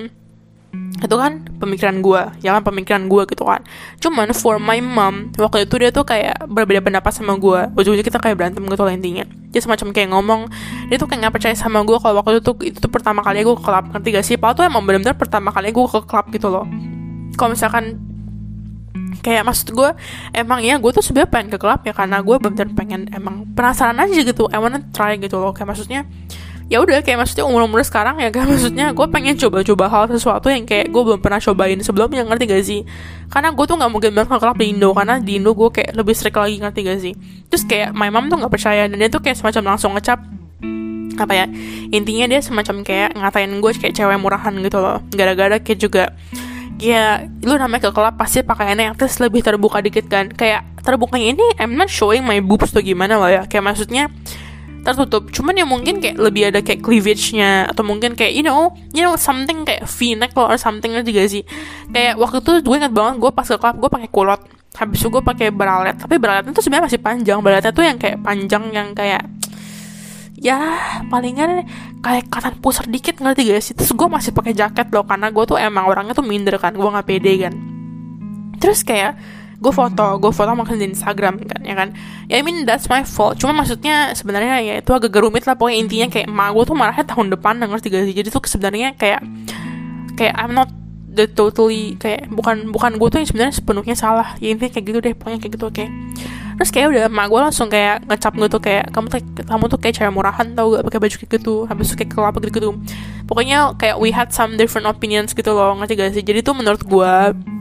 itu kan pemikiran gue gitu kan. Cuman for my mom waktu itu dia tuh kayak berbeda pendapat sama gue, ujung-ujungnya kita kayak berantem gitu lah intinya. Dia semacam kayak ngomong, dia tuh kayak gak percaya sama gue kalau waktu itu tuh pertama kali gue ke klub, ngerti gak sih? Padahal tuh emang benar-benar pertama kali gue ke klub gitu loh. Kalau misalkan kayak maksud gue emang ya gue tuh sebenarnya pengen ke klub ya karena gue bener-bener pengen, emang penasaran aja gitu, I wanna try gitu loh. Kayak maksudnya ya udah, kayak maksudnya umur sekarang ya kayak maksudnya gue pengen coba-coba hal sesuatu yang kayak gue belum pernah cobain sebelumnya, ngerti gak sih? Karena gue tuh nggak mungkin banget ke klub di Indo, karena di Indo gue kayak lebih strict lagi, ngerti gak sih? Terus kayak my mom tuh nggak percaya dan dia tuh kayak semacam langsung ngecap apa ya, intinya dia semacam kayak ngatain gue kayak cewek murahan gitu loh, gara-gara kayak juga ya lu namanya ke klub pasti pakaiannya yang terus lebih terbuka dikit kan. Kayak terbukanya ini I'm not showing my boobs tuh gimana loh ya, kayak maksudnya tertutup, cuman ya mungkin kayak lebih ada kayak cleavage-nya, atau mungkin kayak you know something kayak V-neck or something juga sih. Kayak waktu itu gue ingat banget gue pas ke klub gue pakai kulot, habis itu gue pakai bralet, tapi braletnya tuh sebenarnya masih panjang, braletnya tuh yang kayak panjang yang kayak ya palingan kayak katan pusar dikit, ngerti gak sih? Terus gue masih pakai jaket loh, karena gue tuh emang orangnya tuh minder kan, gue nggak pede kan. Terus kayak gue foto maksudnya di Instagram kan, ya kan? Ya I mean that's my fault. Cuma maksudnya sebenarnya ya itu agak rumit lah pokoknya. Intinya kayak emak gue tuh marahnya tahun depan, ngerti gak sih? Jadi tuh sebenarnya kayak I'm not the totally kayak bukan gue tuh yang sebenarnya sepenuhnya salah. Ya intinya kayak gitu deh, pokoknya kayak gitu, oke. Terus kayak udah emak gue langsung kayak ngecap gitu kayak kamu tuh kayak cewek murahan, tau gak pakai baju kayak gitu, habis itu kayak kelapa gitu. Pokoknya kayak we had some different opinions gitu loh, ngerti gak sih? Jadi tuh menurut gue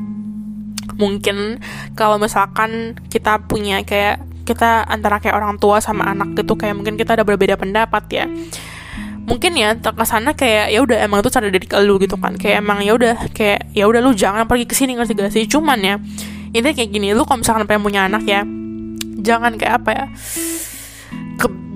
mungkin kalau misalkan kita punya kayak kita antara kayak orang tua sama anak gitu, kayak mungkin kita ada berbeda pendapat ya, mungkin ya terkesana kayak ya udah emang itu cara dari lu gitu kan, kayak emang ya udah lu jangan pergi ke sini, ngerti gak sih? Cuman ya intinya kayak gini, lu kalau misalkan pengen punya anak ya jangan kayak apa ya,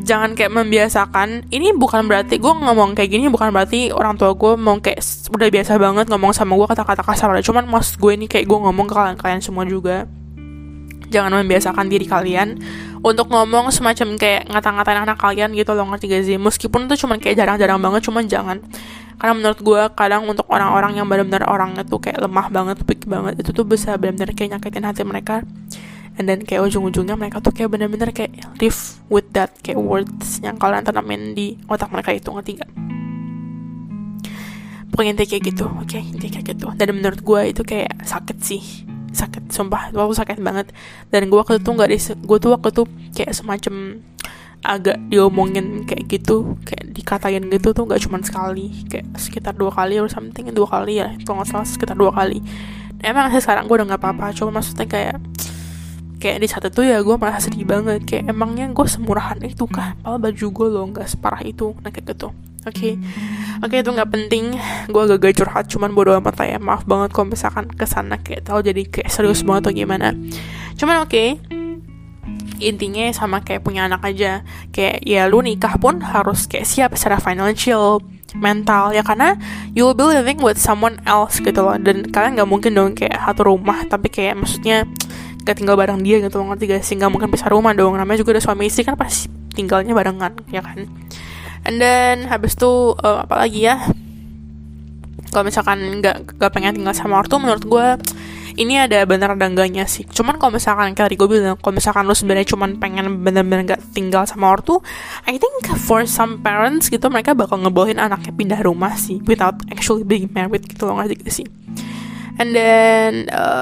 jangan kayak membiasakan. Ini bukan berarti gue ngomong kayak gini, bukan berarti orang tua gue mau kayak udah biasa banget ngomong sama gue kata-kata kasar. Cuman maksud gue ini kayak gue ngomong ke kalian semua juga, jangan membiasakan diri kalian untuk ngomong semacam kayak ngata-ngatain anak kalian gitu loh, ngerti gak sih? Meskipun itu cuman kayak jarang-jarang banget, cuman jangan. Karena menurut gue kadang untuk orang-orang yang benar-benar orangnya tuh kayak lemah banget, weak banget, itu tuh bisa benar-benar kayak nyakitin hati mereka. And then kayak ujung-ujungnya mereka tuh kayak bener-bener kayak live with that kayak words yang kalian tanamin di otak mereka itu, ngerti gak? Pokoknya intinya kayak gitu, oke? Intinya kayak gitu. Dan menurut gue itu kayak sakit sih, sakit, sumpah, waktu sakit banget. Dan gue waktu itu gue tuh waktu itu kayak semacam agak diomongin kayak gitu, kayak dikatain gitu tuh gak cuma sekali, kayak sekitar 2 kali or something, 2 kali ya, kalau nggak salah sekitar 2 kali. Emang sekarang gue udah nggak apa-apa, cuma maksudnya kayak di saat itu ya gue merasa sedih banget, kayak emangnya gue semurahan itu kah, malah baju gue loh nggak separah itu, nah kayak gitu. Oke, itu nggak penting, gue agak curhat, cuman bodo amat lah ya, maaf banget kalau misalkan kesana kayak tahu jadi kayak serius banget atau gimana. Cuman oke, intinya sama kayak punya anak aja, kayak ya lu nikah pun harus kayak siap secara financial, mental ya, karena you will be living with someone else gitu loh, dan kalian nggak mungkin dong kayak satu rumah tapi kayak maksudnya gak tinggal bareng dia gitu, ngerti gak sih? Gak mungkin pisah rumah dong, namanya juga udah suami istri kan pasti tinggalnya barengan, ya kan? And then habis itu apalagi ya, kalau misalkan gak pengen tinggal sama ortu, menurut gue ini ada benar ada enggaknya sih. Cuman kalau misalkan kayak tadi gue bilang, kalau misalkan lu sebenarnya cuman pengen bener-bener gak tinggal sama ortu, I think for some parents gitu mereka bakal ngebolehin anaknya pindah rumah sih, without actually being married gitu loh, ngerti gak sih? And then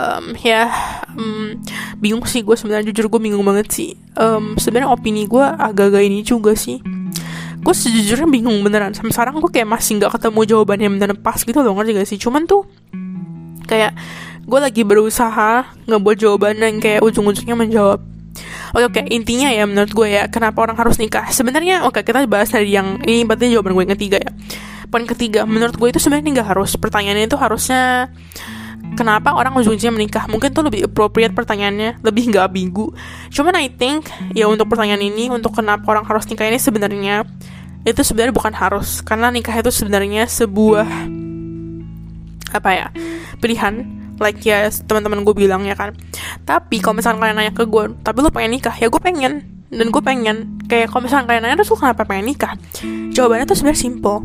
bingung sih gue sebenarnya, jujur gue bingung banget sih. Sebenarnya opini gue agak-agak ini juga sih, gue sejujurnya bingung beneran. Sampai sekarang gue kayak masih nggak ketemu jawaban yang bener pas gitu loh, ngerti gak sih? Cuman tuh kayak gue lagi berusaha ngebuat jawaban yang kayak ujung-ujungnya menjawab. Oke, intinya ya menurut gue ya, kenapa orang harus nikah? Sebenarnya oke, kita bahas dari yang ini, berarti jawaban gue yang ketiga ya. Poin ketiga, menurut gue itu sebenarnya nggak harus. Pertanyaannya itu harusnya kenapa orang ujung-ujungnya menikah? Mungkin tuh lebih appropriate pertanyaannya, lebih nggak ambigu. Cuman I think ya untuk pertanyaan ini, untuk kenapa orang harus nikah ini sebenarnya itu sebenarnya bukan harus, karena nikah itu sebenarnya sebuah pilihan. Like ya teman-teman gue bilang ya kan. Tapi kalau misalkan kalian nanya ke gue, tapi lu pengen nikah? Ya gue pengen, dan gue pengen. Kayak kalau misalkan kalian nanya, terus lu kenapa pengen nikah? Jawabannya tuh sebenarnya simple.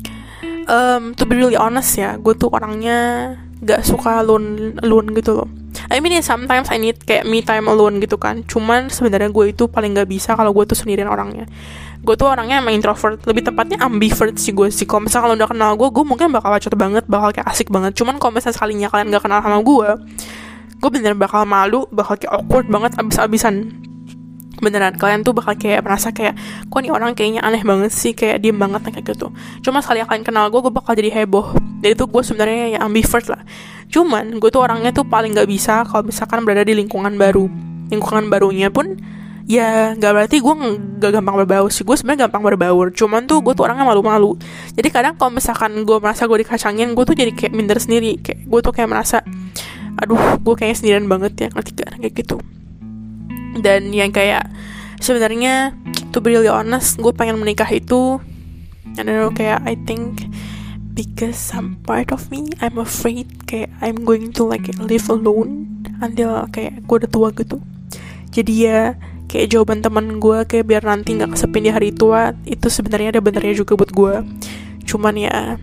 To be really honest ya, gue tuh orangnya gak suka alone gitu loh. I mean sometimes I need kayak me time alone gitu kan. Cuman sebenarnya gue itu paling gak bisa kalau gue tuh sendirian orangnya. Gue tuh orangnya emang introvert, lebih tepatnya ambivert sih gue sih. Kalau misalnya kalian udah kenal gue mungkin bakal bacot banget, bakal kayak asik banget. Cuman kalau misalnya sekalinya kalian gak kenal sama gue bener bakal malu, bakal kayak awkward banget abis-abisan. Beneran, kalian tuh bakal kayak merasa kayak, kok nih orang kayaknya aneh banget sih, kayak diem banget kayak gitu. Cuma sekali kalian kenal gue bakal jadi heboh. Jadi tuh gue sebenarnya yang ambivert lah. Cuman gue tuh orangnya tuh paling gak bisa kalau misalkan berada di lingkungan baru. Lingkungan barunya pun ya gak berarti gue gak gampang berbaur sih. Gue sebenarnya gampang berbaur, cuman tuh gue tuh orangnya malu-malu. Jadi kadang kalau misalkan gue merasa gue dikacangin, gue tuh jadi kayak minder sendiri. Kayak gue tuh kayak merasa, aduh gue kayaknya sendirian banget ya, ngerti gak? Kayak gitu. Dan yang kayak sebenarnya to be really honest, gue pengen menikah itu, I don't know, kayak I think because some part of me I'm afraid kayak I'm going to like live alone until kayak gue udah tua gitu. Jadi ya kayak jawaban teman gue kayak biar nanti nggak kesepian di hari tua, itu sebenarnya ada benernya juga buat gue. Cuman ya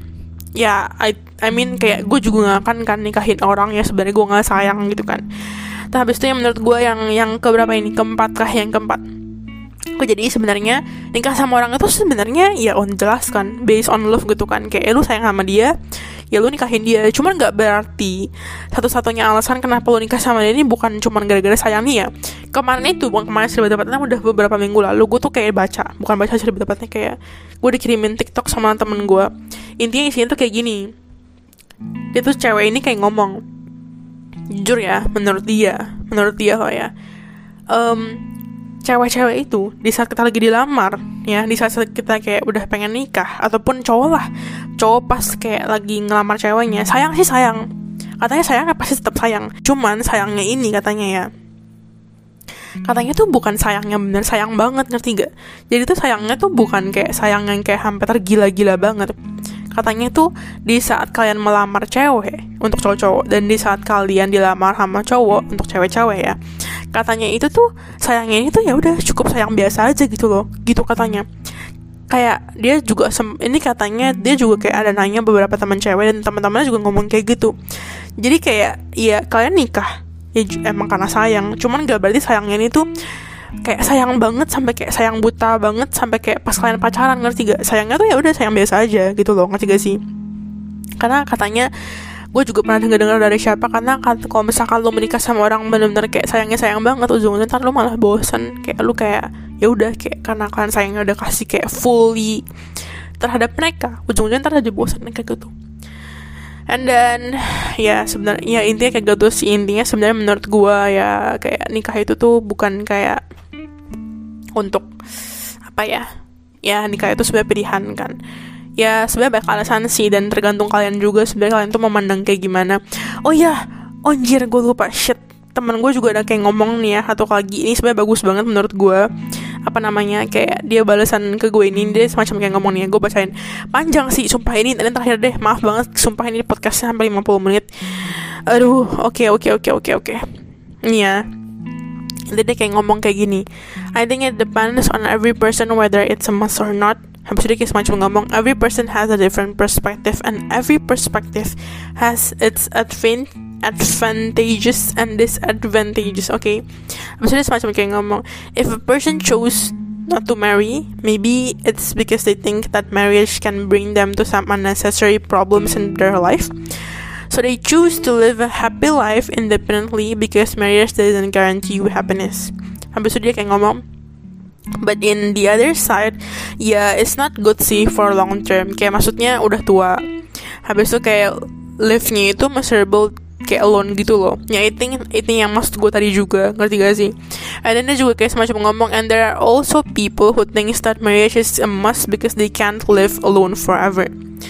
I mean kayak gue juga gak akan kan nikahin orang ya sebenarnya gue nggak sayang gitu kan. Nah habis itu yang menurut gue yang keberapa ini, keempat kah, yang keempat, gue jadi sebenarnya nikah sama orang itu sebenarnya ya jelas kan based on love gitu kan, kayak lu sayang sama dia ya lu nikahin dia. Cuman nggak berarti satu-satunya alasan kenapa lu nikah sama dia ini bukan cuman gara-gara sayang nih ya. Kemarin sih lebih tepatnya udah beberapa minggu lalu gue tuh kayak bukan baca sih lebih tepatnya, kayak gue dikirimin TikTok sama temen gue. Intinya isinya tuh kayak gini, dia tuh cewek ini kayak ngomong, jujur ya, menurut dia loh ya, cewek-cewek itu di saat kita lagi dilamar ya, di saat kita kayak udah pengen nikah, ataupun cowok pas kayak lagi ngelamar ceweknya, sayang katanya sayangnya pasti tetap sayang. Cuman sayangnya ini katanya ya, katanya tuh bukan sayangnya bener sayang banget, ngerti gak? Jadi tuh sayangnya tuh bukan kayak sayang yang kayak hampir tergila-gila banget. Katanya tuh di saat kalian melamar cewek untuk cowok-cowok dan di saat kalian dilamar sama cowok untuk cewek-cewek ya, katanya itu tuh sayangnya ini tuh ya udah cukup sayang biasa aja gitu loh, gitu katanya. Kayak dia juga ini katanya dia juga kayak ada nanya beberapa teman cewek dan teman-temannya juga ngomong kayak gitu. Jadi kayak ya kalian nikah ya emang karena sayang, cuman gak berarti sayangnya ini tuh kayak sayang banget sampai kayak sayang buta banget sampai kayak pas kalian pacaran, ngerti gak? Sayangnya tuh ya udah sayang biasa aja gitu loh, ngerti gak sih? Karena katanya gue juga pernah dengar dari siapa, karena kalau misalkan lo menikah sama orang benar-benar kayak sayangnya sayang banget, ujung-ujungnya ntar lo malah bosan, kayak lo kayak ya udah kayak karena kalian sayangnya udah kasih kayak fully terhadap mereka, ujung-ujungnya ntar aja bosan kayak gitu. And then ya sebenarnya intinya kayak gitu sih. Intinya sebenarnya menurut gue ya kayak nikah itu tuh bukan kayak untuk apa ya nikah itu sebenarnya pilihan kan. Ya sebenarnya banyak alasan sih dan tergantung kalian juga sebenarnya kalian tuh memandang kayak gimana. Oh ya, anjir gue lupa, shit, temen gue juga ada kayak ngomong nih ya satu lagi, ini sebenarnya bagus banget menurut gue. Apa namanya, kayak dia balasan ke gue ini, dia semacam kayak ngomong nih, gue bacain panjang sih sumpah ini terakhir deh, maaf banget sumpah ini podcastnya sampai 50 menit. Aduh, oke. Ini ya, dia kayak ngomong kayak gini, I think it depends on every person whether it's a must or not. Habis itu dia semacam ngomong, every person has a different perspective and every perspective has its advantages and disadvantages. Okay, habis itu dia semacam kayak ngomong, if a person chose not to marry, maybe it's because they think that marriage can bring them to some unnecessary problems in their life, so they choose to live a happy life independently because marriage doesn't guarantee you happiness. Habis itu dia kayak ngomong, but in the other side, yeah, it's not good sih for long term. Kayak maksudnya udah tua, habis itu kayak live-nya itu miserable kayak alone gitu loh. Ya itu yang maksud gue tadi juga, ngerti gak sih? And then dia juga kayak semacam ngomong, and there are also people who think that marriage is a must because they can't live alone forever.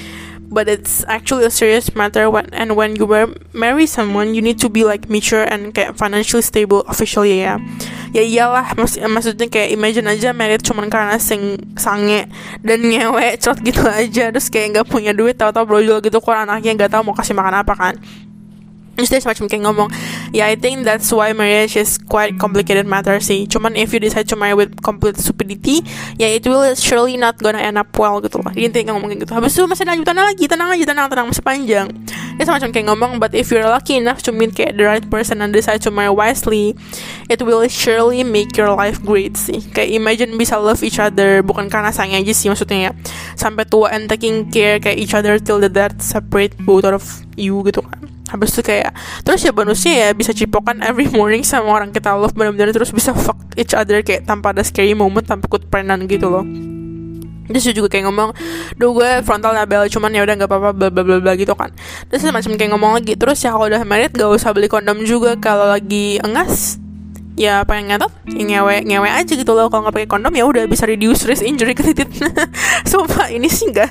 But it's actually a serious matter when you marry someone, you need to be like mature and kayak financially stable officially ya. Ya iyalah, maksudnya kayak imagine aja married cuman karena sange dan ngewe cerot gitu aja, terus kayak nggak punya duit, tahu-tahu brojol gitu ke anaknya, nggak tahu mau kasih makan apa kan. Terus dia semacam kayak ngomong, yeah, I think that's why marriage is quite complicated matter sih. Cuman if you decide to marry with complete stupidity, yeah, it will surely not gonna end up well gitu loh. Dia intinya ngomong kayak gitu. Habis itu masih lanjutan lagi, tenang masih panjang. Dia semacam kayak ngomong, but if you're lucky enough to meet kayak the right person and decide to marry wisely, it will surely make your life great sih. Kayak imagine bisa love each other, bukan karena sayang aja sih maksudnya ya, sampai tua and taking care kayak each other till the death separate both of you gitu kan. Habis itu kayak terus ya bonusnya ya bisa cipokan every morning sama orang kita love benar-benar, terus bisa fuck each other kayak tanpa ada scary moment, tanpa ikut prenan gitu loh. Terus dia juga kayak ngomong, duh gue frontal label cuman ya udah nggak apa-apa bla bla bla gitu kan. Terus macam kayak ngomong lagi, terus ya kalau udah married gak usah beli kondom juga, kalau lagi engas ya pengen ngetot ya ngewe aja gitu loh. Kalau nggak pakai kondom ya udah bisa reduce risk injury ke titik. Sumpah ini sih nggak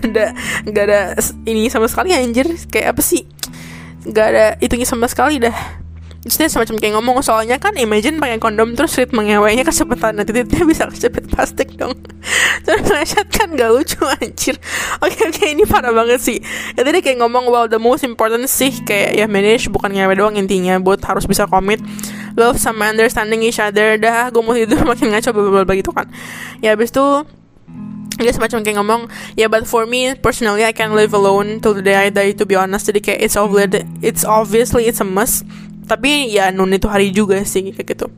ada ini sama sekali anjir, kayak apa sih, gak ada itunya sama sekali dah. Terus dia semacam kayak ngomong, soalnya kan imagine pakai kondom terus ritme ngewenya kecepatan, nanti titiknya bisa kecepet plastik dong. Terus meleset kan gak lucu anjir. Oke, ini parah banget sih. Ya tadi kayak ngomong, well the most important sih kayak ya manage bukan ngewe doang, intinya buat harus bisa commit, love sama understanding each other. Dah gue mau tidur makin ngaco bla gitu kan. Ya abis itu dia semacam kayak ngomong, yeah, but for me personally I can live alone till the day I die, to be honest. Jadi kayak it's obviously a must, tapi ya nun itu hari juga sih kayak gitu.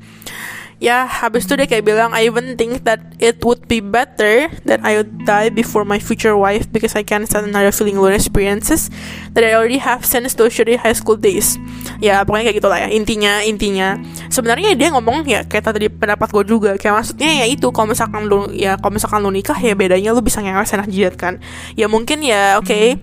Ya habis itu dia kayak bilang, I even think that it would be better that I would die before my future wife because I can't stand another feeling alone experiences that I already have since those shitty high school days. Ya pokoknya kayak gitulah ya. Intinya sebenarnya dia ngomong ya kayak tadi pendapat gue juga, kayak maksudnya ya itu, kalau misalkan lu nikah ya bedanya lu bisa ngewe enak jidat kan. Ya mungkin ya oke,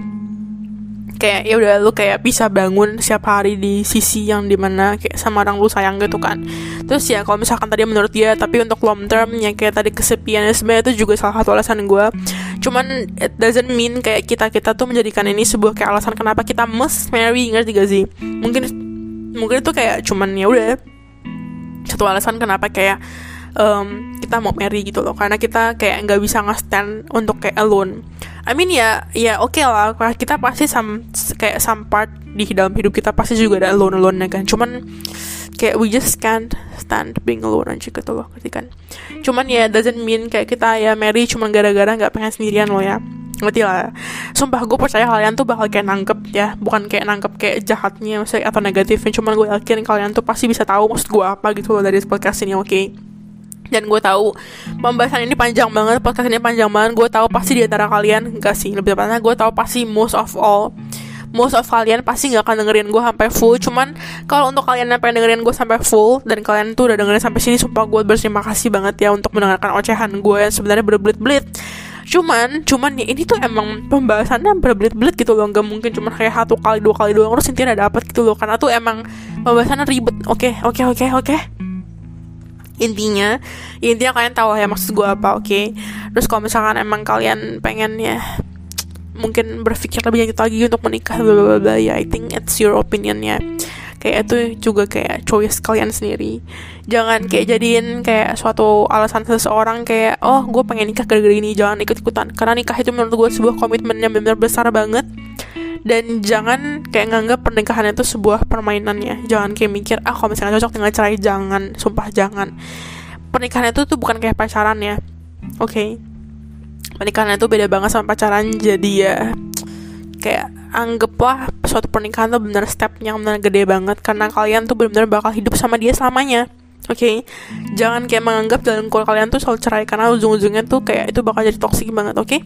kayak ya udah lu kayak bisa bangun setiap hari di sisi yang dimana kayak sama orang lu sayang gitu kan. Terus ya kalau misalkan tadi menurut dia, tapi untuk long term ya kayak tadi kesepian sebenarnya itu juga salah satu alasan gue. Cuman it doesn't mean kayak kita tuh menjadikan ini sebuah kayak alasan kenapa kita must marry, ngerti gak sih? Mungkin itu kayak cuman ya udah satu satu alasan kenapa kayak kita mau marry gitu loh, karena kita kayak nggak bisa nge-stand untuk kayak alone. I mean ya oke lah, kita pasti some part di dalam hidup kita pasti juga ada alone ya kan. Cuman kayak we just can't stand being alone aja gitu loh, ngerti kan? Cuman ya doesn't mean kayak kita ya marry cuman gara-gara nggak pengen sendirian loh ya, ngerti lah. Sumpah gue percaya kalian tuh bakal kayak nangkep ya, bukan kayak nangkep kayak jahatnya maksudnya atau negatifnya, cuman gue yakin kalian tuh pasti bisa tahu maksud gue apa gitu loh dari podcast ini, oke? Dan gue tahu pembahasan ini panjang banget, podcast ini panjang banget. Gue tahu pasti di antara kalian, enggak sih, lebih tepatnya gue tahu pasti most of kalian pasti nggak akan dengerin gue sampai full. Cuman kalau untuk kalian yang pengen dengerin gue sampai full dan kalian tuh udah dengerin sampai sini, sumpah gue berterima kasih banget ya untuk mendengarkan ocehan gue yang sebenarnya berbelit-belit. Cuman ya ini tuh emang pembahasannya berbelit-belit gitu loh, nggak mungkin cuma kayak 1 kali 2 kali doang terus intinya dapat gitu loh, karena tuh emang pembahasannya ribet. Oke. Intinya kalian tahu lah ya maksud gue apa, oke? Terus kalau misalkan emang kalian pengen ya mungkin berpikir lebih lanjut lagi untuk menikah bla bla ya, I think it's your opinion ya. Kayak itu juga kayak choice kalian sendiri. Jangan kayak jadiin kayak suatu alasan seseorang kayak oh gue pengen nikah gara-gara ini, jangan ikut-ikutan. Karena nikah itu menurut gue sebuah komitmen yang benar-benar besar banget. Dan jangan kayak nganggap pernikahan itu sebuah permainan ya. Jangan kayak mikir kalau misalnya cocok tinggal cerai. Jangan, sumpah jangan. Pernikahan itu tuh bukan kayak pacaran ya, oke? Pernikahan itu beda banget sama pacaran. Jadi ya kayak anggaplah suatu pernikahan tuh benar stepnya benar gede banget, karena kalian tuh benar-benar bakal hidup sama dia selamanya. Oke, jangan kayak menganggap jalan keluar kalian tuh soal cerai, karena ujung-ujungnya tuh kayak itu bakal jadi toksik banget. Oke,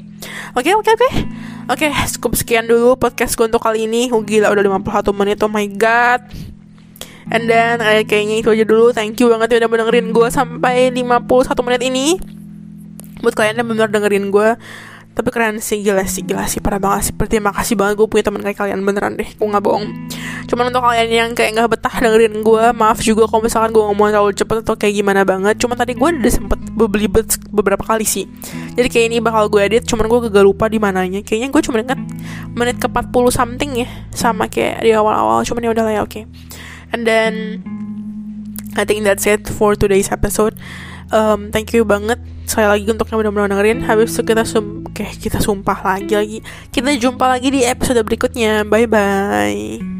cukup sekian dulu podcast gue untuk kali ini. Gila udah 51 menit, oh my god. And then kayaknya itu aja dulu. Thank you banget ya udah mendengerin gue sampai 51 menit ini. Buat kalian yang benar dengerin gue, tapi keren sih, gila sih, parah banget sih. Terima kasih banget gue punya teman kayak kalian, beneran deh, gue gak bohong. Cuman untuk kalian yang kayak gak betah dengerin gue, maaf juga kalau misalkan gue ngomong terlalu cepet atau kayak gimana banget. Cuman tadi gue udah sempet belibet beberapa kali sih, jadi kayak ini bakal gue edit, cuman gue gak lupa di mananya. Kayaknya gue cuma inget menit ke 40 something ya, sama kayak di awal-awal. Cuman ya udah lah ya, oke. And then I think that's it for today's episode. Thank you banget sekali lagi untuk yang benar-benar dengerin. Habis itu kita sumpah lagi. Kita jumpa lagi di episode berikutnya. Bye bye.